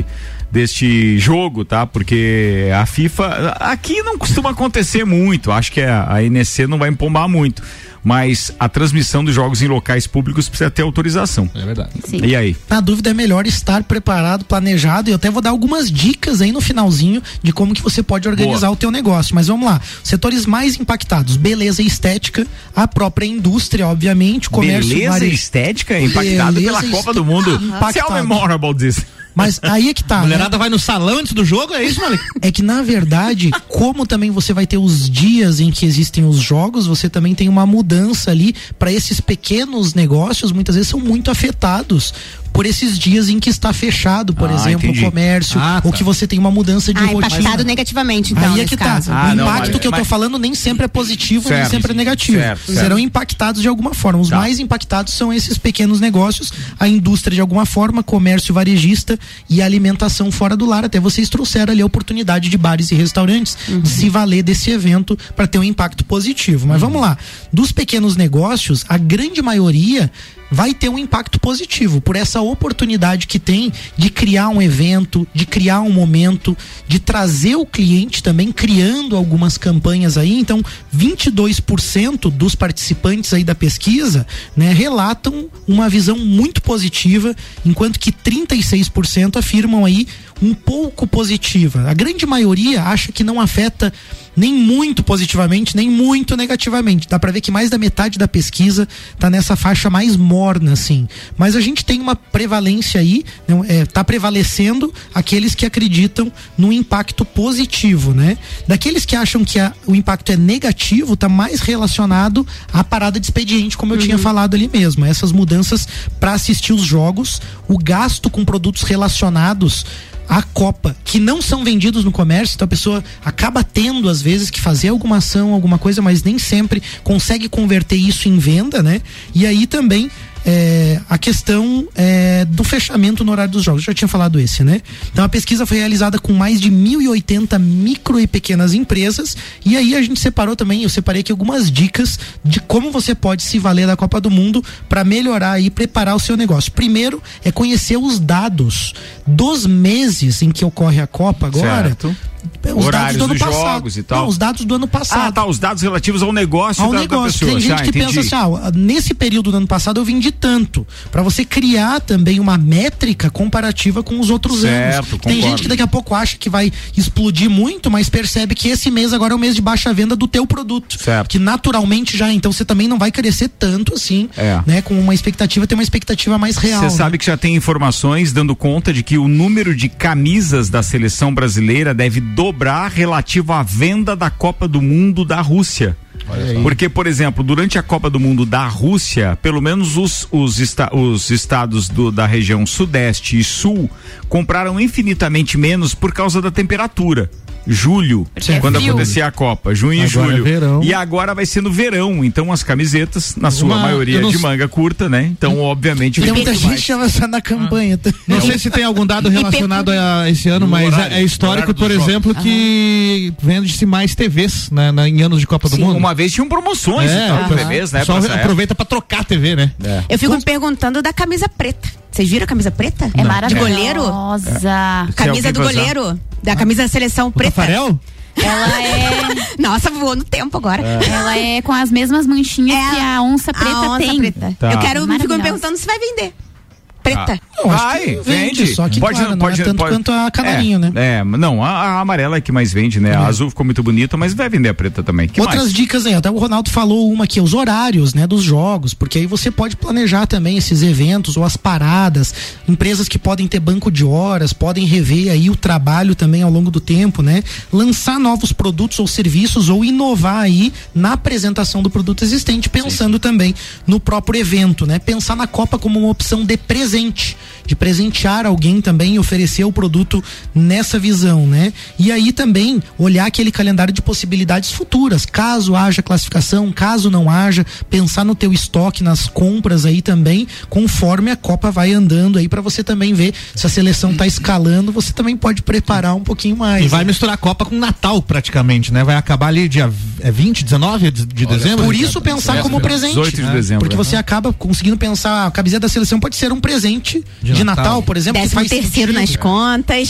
deste jogo, tá? Porque a FIFA, aqui não costuma acontecer muito, acho que a NEC não vai empombar muito, mas a transmissão dos jogos em locais públicos precisa ter autorização. É verdade. Sim. E aí? Na dúvida é melhor estar preparado, planejado, e eu até vou dar algumas dicas aí no finalzinho de como que você pode organizar o teu negócio, mas vamos lá, setores mais impactados, beleza e estética, a própria indústria, obviamente, comércio... Beleza e estética impactado pela Copa do Mundo. Tell me more about this. Mas aí é que tá. A mulherada vai no salão antes do jogo, é isso, Malek? É que na verdade, como também você vai ter os dias em que existem os jogos, você também tem uma mudança ali para esses pequenos negócios, muitas vezes são muito afetados por esses dias em que está fechado, por exemplo, o comércio, ou que você tem uma mudança de rotina. Impactado negativamente, então, aí é que caso. O impacto que eu tô falando nem sempre é positivo, nem sempre é negativo. Serão impactados de alguma forma. Os mais impactados são esses pequenos negócios, a indústria de alguma forma, comércio varejista e alimentação fora do lar. Até vocês trouxeram ali a oportunidade de bares e restaurantes de se valer desse evento para ter um impacto positivo. Mas vamos lá. Dos pequenos negócios, a grande maioria vai ter um impacto positivo por essa oportunidade que tem de criar um evento, de criar um momento, de trazer o cliente também, criando algumas campanhas aí. Então, 22% dos participantes aí da pesquisa, né, relatam uma visão muito positiva, enquanto que 36% afirmam aí um pouco positiva. A grande maioria acha que não afeta nem muito positivamente, nem muito negativamente. Dá pra ver que mais da metade da pesquisa tá nessa faixa mais morna, assim. Mas a gente tem uma prevalência aí, tá prevalecendo aqueles que acreditam no impacto positivo, né? Daqueles que acham que o impacto é negativo, tá mais relacionado à parada de expediente, como eu tinha falado ali mesmo. Essas mudanças para assistir os jogos, o gasto com produtos relacionados a Copa, que não são vendidos no comércio, então a pessoa acaba tendo às vezes que fazer alguma ação, alguma coisa, mas nem sempre consegue converter isso em venda, né? E aí também a questão do fechamento no horário dos jogos. Eu já tinha falado esse, né? Então a pesquisa foi realizada com mais de 1.080 micro e pequenas empresas, e aí a gente separou também, eu separei aqui algumas dicas de como você pode se valer da Copa do Mundo para melhorar e preparar o seu negócio. Primeiro é conhecer os dados dos meses em que ocorre a Copa agora. Certo. Os horários dados do ano dos passado. jogos e tal. Não, os dados do ano passado. Os dados relativos ao negócio da pessoa. Tem gente que pensa assim, nesse período do ano passado eu vendi tanto, para você criar também uma métrica comparativa com os outros anos. Tem gente que daqui a pouco acha que vai explodir muito, mas percebe que esse mês agora é o mês de baixa venda do teu produto, que naturalmente então você também não vai crescer tanto assim, né, com uma expectativa, ter uma expectativa mais real. Você sabe que já tem informações dando conta de que o número de camisas da seleção brasileira deve dobrar relativo à venda da Copa do Mundo da Rússia. Porque, por exemplo, durante a Copa do Mundo da Rússia, pelo menos os estados da região sudeste e sul compraram infinitamente menos por causa da temperatura. julho, quando Frio. acontecer a Copa, junho e Agora julho. é verão. E agora vai ser no verão, então as camisetas, na sua maioria de manga curta, né? Então, obviamente, Tem vai muita ter mais. gente avançando na campanha. Não sei se tem algum dado relacionado a esse ano, mas é histórico, por exemplo, que vende-se mais TVs, né, em anos de Copa do Sim, Mundo. uma vez tinham promoções e tal, TVs, né? Só pra essa aproveita pra trocar a TV, né? Eu fico me perguntando da camisa preta. Vocês viram a camisa preta? É De maravilhosa. goleiro? Camisa do goleiro. Da camisa da seleção preta. Tafarel? Ela é. Nossa, voou no tempo agora. Ela é com as mesmas manchinhas que a onça preta a onça tem. preta. Tá. Eu fico me Maravilhosa. perguntando se vai vender. Preta. Não, acho Vai, que vende, só que pode, claro, não pode, é tanto pode- quanto a canarinho, né? Não, a amarela é que mais vende, né? A azul ficou muito bonita, mas vai vender a preta também. Que Outras mais? dicas aí, até o Ronaldo falou uma aqui, os horários, né, dos jogos, porque aí você pode planejar também esses eventos ou as paradas, empresas que podem ter banco de horas, podem rever aí o trabalho também ao longo do tempo, né? Lançar novos produtos ou serviços ou inovar aí na apresentação do produto existente, pensando também no próprio evento, né? Pensar na Copa como uma opção de presente, de presentear alguém também e oferecer o produto nessa visão, né? E aí também olhar aquele calendário de possibilidades futuras, caso haja classificação, caso não haja, pensar no teu estoque, nas compras aí também, conforme a Copa vai andando aí, pra você também ver se a seleção tá escalando, você também pode preparar um pouquinho mais. E vai misturar a Copa com Natal praticamente, né? Vai acabar ali dia 20, 19 de dezembro. Por isso pensar como presente, 18 de dezembro, porque você acaba conseguindo pensar, a camiseta da seleção pode ser um presente de Natal, por exemplo, que faz 13º nas contas.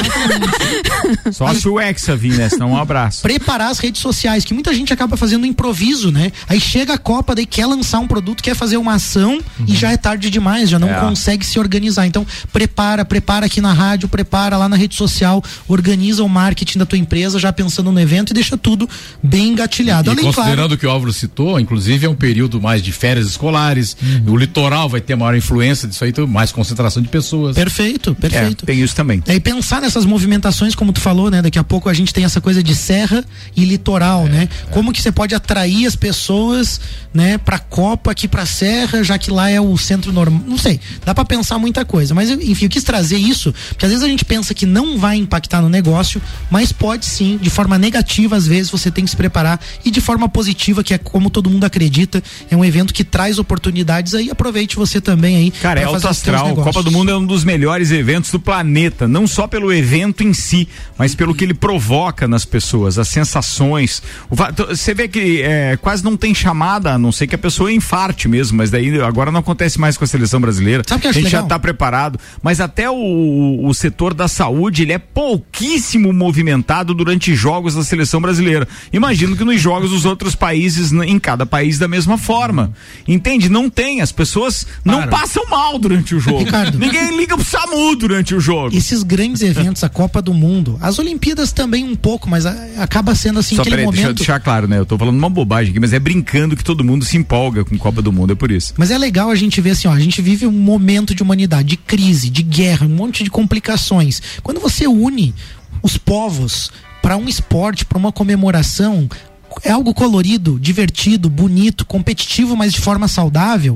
Só se o Hexa vir, né? Senão um abraço. Preparar as redes sociais, que muita gente acaba fazendo improviso, né? Aí chega a Copa, daí quer lançar um produto, quer fazer uma ação e já é tarde demais, já não consegue se organizar. Então, prepara aqui na rádio, prepara lá na rede social, organiza o marketing da tua empresa, já pensando no evento e deixa tudo bem engatilhado. E Além, considerando que o Álvaro citou, inclusive é um período mais de férias escolares, o litoral vai ter maior influência disso aí, então mais concentração de pessoas. Perfeito. Tem isso também. E pensar nessas movimentações, como tu falou, né? Daqui a pouco a gente tem essa coisa de serra e litoral, né? Como que você pode atrair as pessoas, né? Pra Copa, aqui pra serra, já que lá é o centro normal. Não sei, dá pra pensar muita coisa. Mas, enfim, eu quis trazer isso, porque às vezes a gente pensa que não vai impactar no negócio, mas pode sim, de forma negativa, às vezes você tem que se preparar, e de forma positiva, que é como todo mundo acredita, é um evento que traz oportunidades aí, aproveite você também aí. Cara, é pra alto fazer os teus astral. negócios. Copa do Mundo é um dos melhores eventos do planeta, não só pelo evento em si, mas pelo que ele provoca nas pessoas, as sensações. Você vê que quase não tem chamada, a não ser que a pessoa infarte mesmo, mas daí agora não acontece mais com a seleção brasileira. Sabe o que eu a acho gente legal? já está preparado, mas até o setor da saúde, ele é pouquíssimo movimentado durante jogos da seleção brasileira. Imagino que nos jogos dos outros países, em cada país da mesma forma. Entende? Não tem, as pessoas não passam mal durante o jogo. Ricardo, ninguém liga pro SAMU durante o jogo. Esses grandes eventos, a Copa do Mundo, as Olimpíadas também um pouco, mas acaba sendo assim, Só aquele peraí, deixa eu momento. deixar claro, né? Eu tô falando uma bobagem aqui, mas é brincando que todo mundo se empolga com Copa do Mundo, é por isso. Mas é legal a gente ver assim, ó, a gente vive um momento de humanidade, de crise, de guerra, um monte de complicações. Quando você une os povos para um esporte, para uma comemoração, é algo colorido, divertido, bonito, competitivo, mas de forma saudável,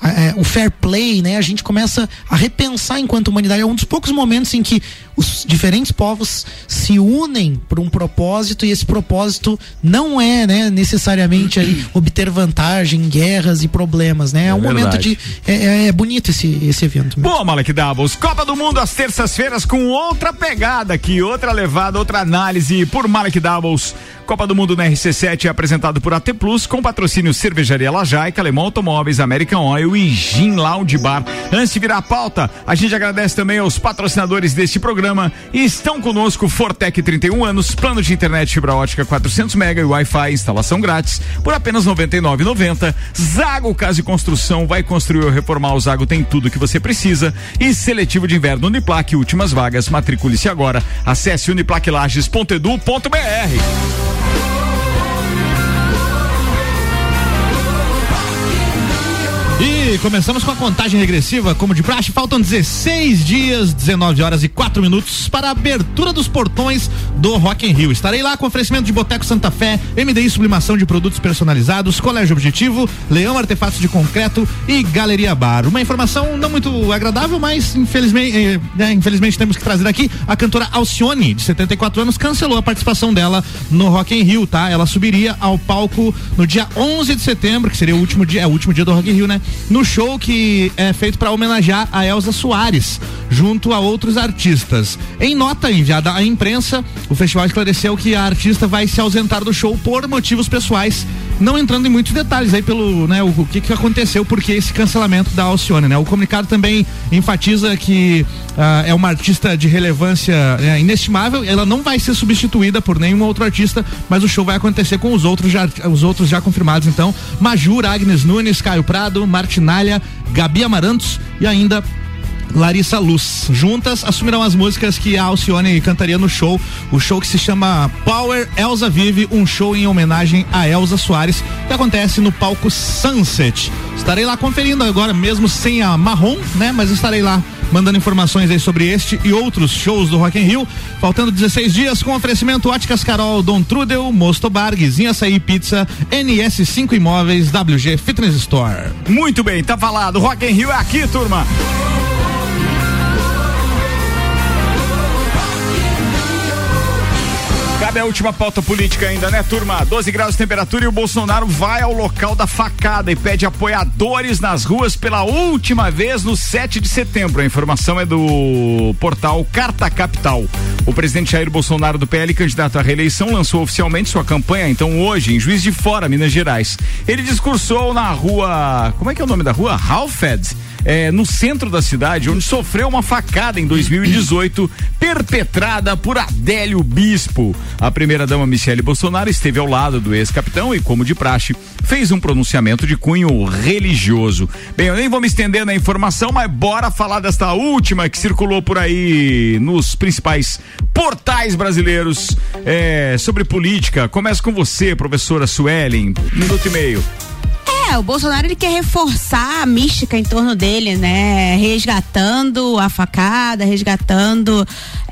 o fair play, né? A gente começa a repensar enquanto humanidade. É um dos poucos momentos em que os diferentes povos se unem por um propósito, e esse propósito não é, né, necessariamente ali, obter vantagem em guerras e problemas, né? É um momento de é bonito esse evento. Boa, Malek Doubles. Copa do Mundo às terças-feiras com outra pegada aqui, outra levada, outra análise por Malek Doubles. Copa do Mundo na RC7 é apresentado por AT Plus, com patrocínio Cervejaria Lajaica, Alemão Automóveis, American Oil e Gin Lounge Bar. Antes de virar a pauta, a gente agradece também aos patrocinadores deste programa. E estão conosco Fortec, 31 anos, plano de internet fibra ótica 400 mega e Wi-Fi, instalação grátis por apenas R$ 99,90. Zago Casa e Construção, vai construir ou reformar, o Zago tem tudo que você precisa. E Seletivo de Inverno Uniplac, últimas vagas, matricule-se agora. Acesse uniplaclages.edu.br. E começamos com a contagem regressiva, como de praxe, faltam 16 dias, 19 horas e 4 minutos para a abertura dos portões do Rock in Rio. Estarei lá com oferecimento de Boteco Santa Fé, MDI Sublimação de Produtos Personalizados, Colégio Objetivo, Leão Artefatos de Concreto e Galeria Bar. Uma informação não muito agradável, mas infelizmente temos que trazer aqui. A cantora Alcione, de 74 anos, cancelou a participação dela no Rock in Rio, tá? Ela subiria ao palco no dia 11 de setembro, que seria o último dia do Rock in Rio, né? No show que é feito para homenagear a Elza Soares, junto a outros artistas. Em nota enviada à imprensa, o festival esclareceu que a artista vai se ausentar do show por motivos pessoais, não entrando em muitos detalhes aí pelo, né, o que aconteceu, porque esse cancelamento da Alcione, né? O comunicado também enfatiza que é uma artista de relevância inestimável, ela não vai ser substituída por nenhum outro artista, mas o show vai acontecer com os outros já confirmados, então, Majur, Agnes Nunes, Caio Prado, Martinalha, Gabi Amarantos e ainda Larissa Luz. Juntas assumirão as músicas que a Alcione cantaria no show, o show que se chama Power Elza Vive, um show em homenagem a Elza Soares, que acontece no palco Sunset. Estarei lá conferindo agora, mesmo sem a Marrom, né? Mas estarei lá mandando informações aí sobre este e outros shows do Rock in Rio. Faltando 16 dias, com oferecimento Óticas Carol, Dom Trudel, Mosto Bar, Guizinha Açaí Pizza, NS5 Imóveis, WG Fitness Store. Muito bem, tá falado. Rock in Rio é aqui, turma. Cabe a última pauta política ainda, né, turma? 12 graus de temperatura e o Bolsonaro vai ao local da facada e pede apoiadores nas ruas pela última vez no 7 de setembro. A informação é do portal Carta Capital. O presidente Jair Bolsonaro, do PL, candidato à reeleição, lançou oficialmente sua campanha, então, hoje, em Juiz de Fora, Minas Gerais. Ele discursou na rua... Como é que é o nome da rua? Halfed. No centro da cidade, onde sofreu uma facada em 2018, perpetrada por Adélio Bispo. A primeira-dama Michele Bolsonaro esteve ao lado do ex-capitão e, como de praxe, fez um pronunciamento de cunho religioso. Bem, eu nem vou me estender na informação, mas bora falar desta última que circulou por aí nos principais portais brasileiros sobre política. Começo com você, professora Suelen, minuto e meio. O Bolsonaro, ele quer reforçar a mística em torno dele, né? Resgatando a facada, resgatando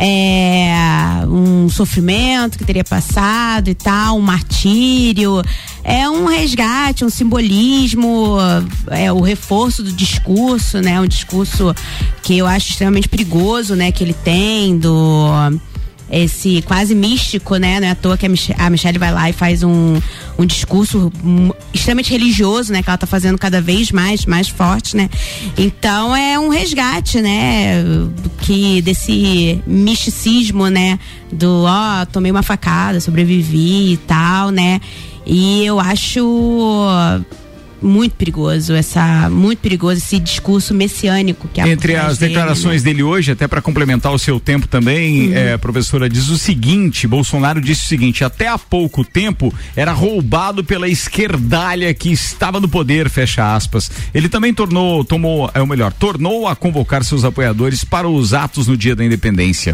um sofrimento que teria passado e tal, um martírio. É um resgate, um simbolismo, o reforço do discurso, né? Um discurso que eu acho extremamente perigoso, né? Que ele tem esse quase místico, né? Não é à toa que a Michelle vai lá e faz um discurso extremamente religioso, né? Que ela tá fazendo cada vez mais forte, né? Então é um resgate, né? Desse misticismo, né? Tomei uma facada, sobrevivi e tal, né? E eu acho muito perigoso esse discurso messiânico que entre as declarações dele hoje, até para complementar o seu tempo também, professora, diz o seguinte: Bolsonaro disse o seguinte: até há pouco tempo era roubado pela esquerdalha que estava no poder, fecha aspas. Ele também tornou a convocar seus apoiadores para os atos no dia da independência.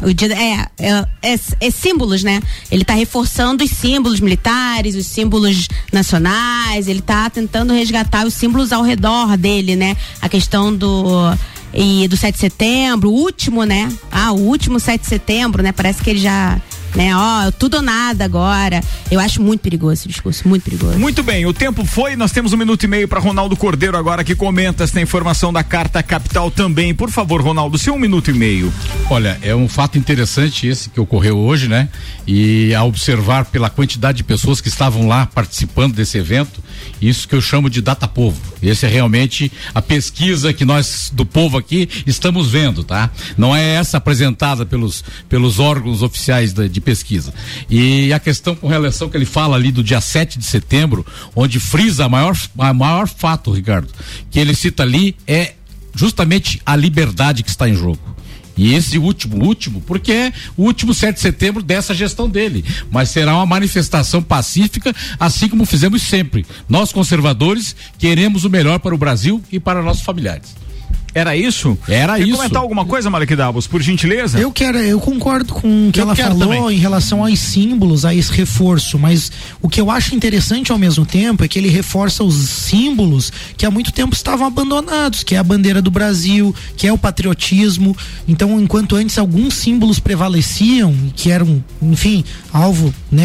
Símbolos, né? Ele tá reforçando os símbolos militares, os símbolos nacionais, ele tá tentando resgatar os símbolos ao redor dele, né? A questão do 7 de setembro, o último, né? O último 7 de setembro, né? Parece que ele já, né? Tudo ou nada agora. Eu acho muito perigoso esse discurso, muito perigoso. Muito bem, o tempo foi, nós temos 1 minuto e meio para Ronaldo Cordeiro agora, que comenta esta informação da Carta Capital também. Por favor, Ronaldo, seu 1 minuto e meio. Olha, é um fato interessante esse que ocorreu hoje, né? E a observar pela quantidade de pessoas que estavam lá participando desse evento, isso que eu chamo de data povo. Esse é realmente a pesquisa que nós do povo aqui estamos vendo, tá? Não é essa apresentada pelos órgãos oficiais de pesquisa. E a questão com relação que ele fala ali do dia 7 de setembro, onde frisa a maior fato, Ricardo, que ele cita ali é justamente a liberdade que está em jogo. E esse último, porque é o último 7 de setembro dessa gestão dele. Mas será uma manifestação pacífica, assim como fizemos sempre. Nós, conservadores, queremos o melhor para o Brasil e para nossos familiares. Era isso? Era Quer isso. comentar alguma coisa, Malek Davos, por gentileza? Eu concordo com o que ela falou também em relação aos símbolos, a esse reforço, mas o que eu acho interessante ao mesmo tempo é que ele reforça os símbolos que há muito tempo estavam abandonados, que é a bandeira do Brasil, que é o patriotismo. Então, enquanto antes alguns símbolos prevaleciam, que eram, enfim, alvo, né,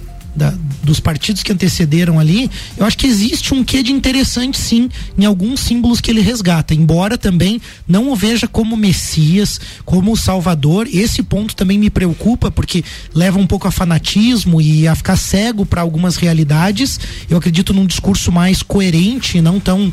dos partidos que antecederam ali, eu acho que existe um quê de interessante, sim, em alguns símbolos que ele resgata, embora também não o veja como Messias, como o Salvador. Esse ponto também me preocupa, porque leva um pouco a fanatismo e a ficar cego para algumas realidades. Eu acredito num discurso mais coerente, não tão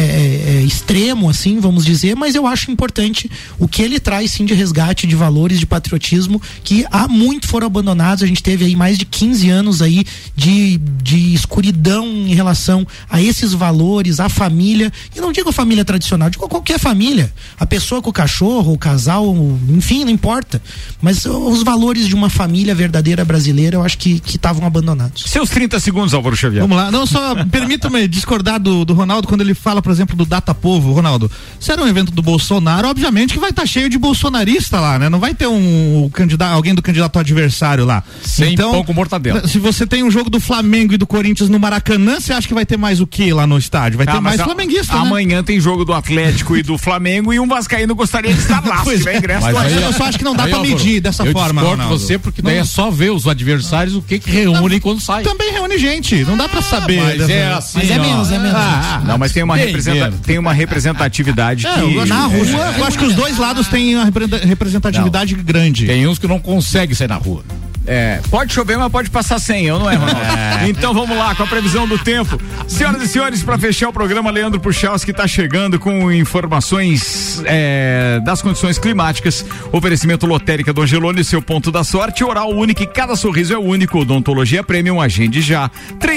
extremo, assim, vamos dizer, mas eu acho importante o que ele traz, sim, de resgate de valores, de patriotismo, que há muito foram abandonados. A gente teve aí mais de 15 anos aí de escuridão em relação a esses valores, a família, e não digo família tradicional, digo qualquer família, a pessoa com o cachorro, o casal, enfim, não importa, mas os valores de uma família verdadeira brasileira, eu acho que estavam abandonados. Seus 30 segundos, Álvaro Xavier. Vamos lá, não, só permita-me discordar do Ronaldo quando ele fala, por exemplo, do Data Povo. Ronaldo, se era um evento do Bolsonaro, obviamente que vai estar cheio de bolsonarista lá, né? Não vai ter alguém do candidato adversário lá. Sem pão com mortadela. Se você tem um jogo do Flamengo e do Corinthians no Maracanã, você acha que vai ter mais o que lá no estádio? Vai ter mais flamenguista, né? Amanhã tem jogo do Atlético e do Flamengo e um vascaíno gostaria de estar lá. Se tiver ingresso, eu só acho que não dá pra medir dessa forma. Eu discordo você, porque daí é só ver os adversários, o que reúne quando sai. Também reúne gente, não dá pra saber. Mas é assim, mas é menos. Não, mas tem uma representatividade que... Na rua, eu acho que os dois lados têm uma representatividade grande. Tem uns que não conseguem sair na rua. Pode chover, mas pode passar sem, eu não é, Ronaldo? Então vamos lá com a previsão do tempo. Senhoras e senhores, para fechar o programa, Leandro Puchalski está chegando com informações das condições climáticas. Oferecimento Lotérica do Angelone, seu ponto da sorte. Oral Único, cada sorriso é único. Odontologia Premium, agende já.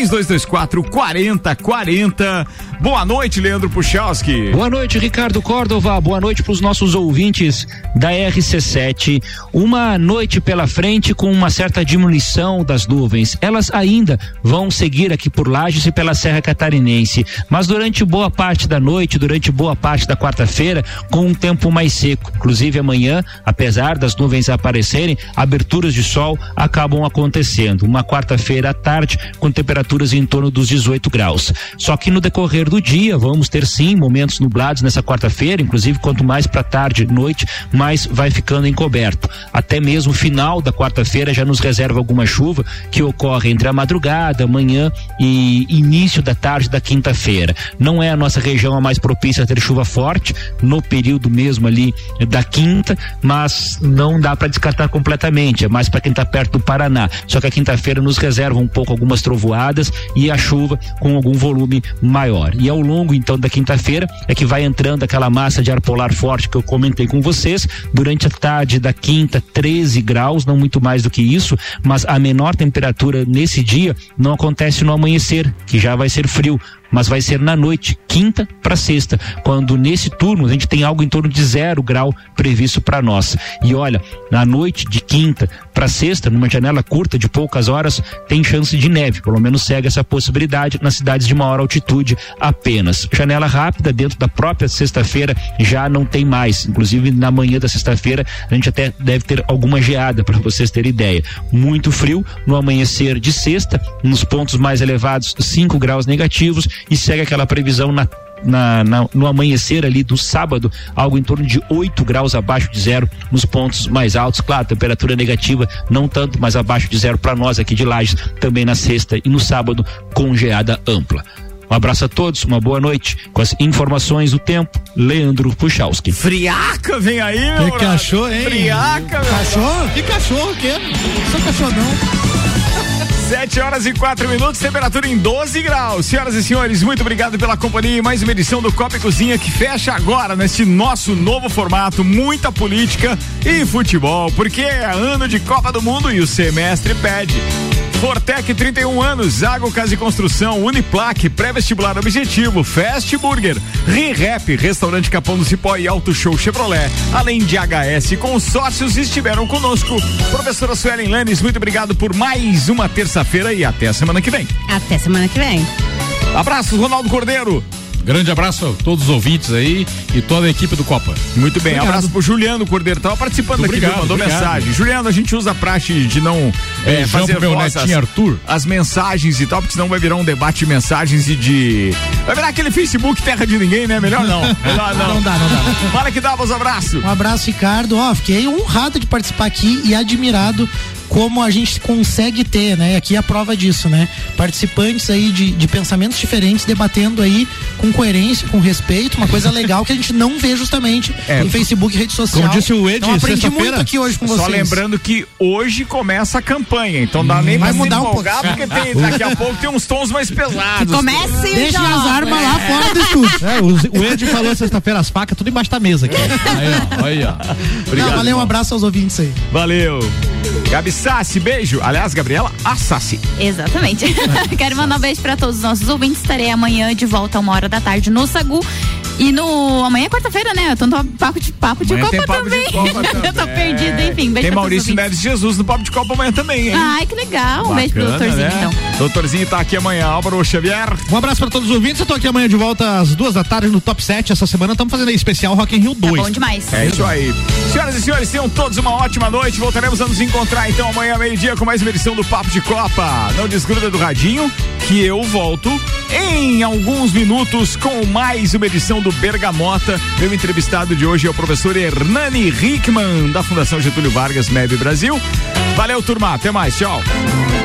3224-4040. Boa noite, Leandro Puchalski. Boa noite, Ricardo Córdova. Boa noite para os nossos ouvintes da RC7. Uma noite pela frente com uma certa diminuição das nuvens. Elas ainda vão seguir aqui por Lages e pela Serra Catarinense, mas durante boa parte da noite, durante boa parte da quarta-feira, com um tempo mais seco. Inclusive amanhã, apesar das nuvens aparecerem, aberturas de sol acabam acontecendo. Uma quarta-feira à tarde com temperaturas em torno dos 18 graus. Só que no decorrer do dia vamos ter sim momentos nublados nessa quarta-feira, inclusive quanto mais para tarde, noite, mais vai ficando encoberto. Até mesmo o final da quarta-feira já nos reserva alguma chuva que ocorre entre a madrugada, manhã e início da tarde da quinta-feira. Não é a nossa região a mais propícia a ter chuva forte no período mesmo ali da quinta, mas não dá para descartar completamente, é mais para quem está perto do Paraná. Só que a quinta-feira nos reserva um pouco algumas trovoadas e a chuva com algum volume maior. E ao longo então da quinta-feira é que vai entrando aquela massa de ar polar forte que eu comentei com vocês. Durante a tarde da quinta, 13 graus, não muito mais do que isso, mas a menor temperatura nesse dia não acontece no amanhecer, que já vai ser frio, mas vai ser na noite, quinta para sexta, quando nesse turno a gente tem algo em torno de 0 grau previsto para nós. E olha, na noite de quinta para sexta, numa janela curta de poucas horas, tem chance de neve, pelo menos segue essa possibilidade nas cidades de maior altitude apenas. Janela rápida dentro da própria sexta-feira já não tem mais, inclusive na manhã da sexta-feira a gente até deve ter alguma geada, para vocês terem ideia. Muito frio no amanhecer de sexta, nos pontos mais elevados 5 graus negativos, e segue aquela previsão no amanhecer ali do sábado, algo em torno de 8 graus abaixo de zero nos pontos mais altos. Claro, temperatura negativa não tanto, mas abaixo de zero para nós aqui de Lages, também na sexta e no sábado com geada ampla. Um abraço a todos, uma boa noite. Com as informações do tempo, Leandro Puchalski. Friaca, vem aí, meu. Que cachorro, hein? Friaca, meu. Cachorro? Que cachorro que é? Só cachorro não. 7h04, temperatura em 12 graus. Senhoras e senhores, muito obrigado pela companhia e mais uma edição do Copa e Cozinha, que fecha agora neste nosso novo formato, muita política e futebol, porque é ano de Copa do Mundo e o semestre pede. Fortec, 31 anos, Zago Casa e Construção, Uniplaque, Pré-Vestibular Objetivo, Fast Burger, ReHap, Restaurante Capão do Cipó e Auto Show Chevrolet, além de HS Consórcios, estiveram conosco. Professora Suelen Lanes, muito obrigado por mais uma terça-feira e até a semana que vem. Até semana que vem. Abraços, Ronaldo Cordeiro. Grande abraço a todos os ouvintes aí e toda a equipe do Copa. Muito bem, Obrigado. abraço pro Juliano Cordeiro, tava participando Muito aqui, obrigado, mandou obrigado. mensagem. Juliano, a gente usa a praxe de não fazer pro meu voz netinho Arthur. as mensagens e tal, porque senão vai virar um debate de mensagens e de... Vai virar aquele Facebook terra de ninguém, né? Melhor não. Melhor não. Não dá. Fala que dá, meus abraços. Um abraço, Ricardo. Fiquei honrado de participar aqui e admirado como a gente consegue ter, né? Aqui é a prova disso, né? Participantes aí de pensamentos diferentes, debatendo aí com coerência, com respeito, uma coisa legal que a gente não vê justamente em Facebook e rede social. Como disse o Ed, então, aprendi sexta-feira, muito aqui hoje com vocês. Só lembrando que hoje começa a campanha, então dá nem vai pra mudar se um empolgar, pouco. porque daqui a pouco tem uns tons mais pesados. Comecem Deixem os as jogos. armas lá fora do estúdio. O Ed falou sexta-feira as facas, tudo embaixo da mesa aqui. Aí, ó. Obrigado, Valeu, um irmão. abraço aos ouvintes aí. Valeu. Gabi Sassi, beijo. Aliás, Gabriela Assassi. Exatamente. Quero mandar um beijo pra todos os nossos ouvintes. Estarei amanhã de volta 1h da tarde no Sagu. E amanhã é quarta-feira, né? Eu tô no papo de Amanhã tem Copa papo de também. Copa Eu tô perdida, enfim. Beijo Tem pra Maurício todos os ouvintes. Neves Jesus no Papo de Copa amanhã também, hein? Ai, que legal. Um beijo pro Bacana, doutorzinho, né? então. Doutorzinho tá aqui amanhã, Álvaro Xavier. Um abraço pra todos os ouvintes. Eu tô aqui amanhã de volta às 2h no Top 7. Essa semana estamos fazendo aí especial Rock in Rio 2. Tá bom demais. É isso aí. Senhoras e senhores, tenham todos uma ótima noite. Voltaremos a nos encontrar então amanhã, meio-dia, com mais uma edição do Papo de Copa. Não desgruda do radinho, que eu volto em alguns minutos com mais uma edição do Bergamota. Meu entrevistado de hoje é o professor Hernani Hickman, da Fundação Getúlio Vargas, MEB Brasil. Valeu, turma. Até mais. Tchau.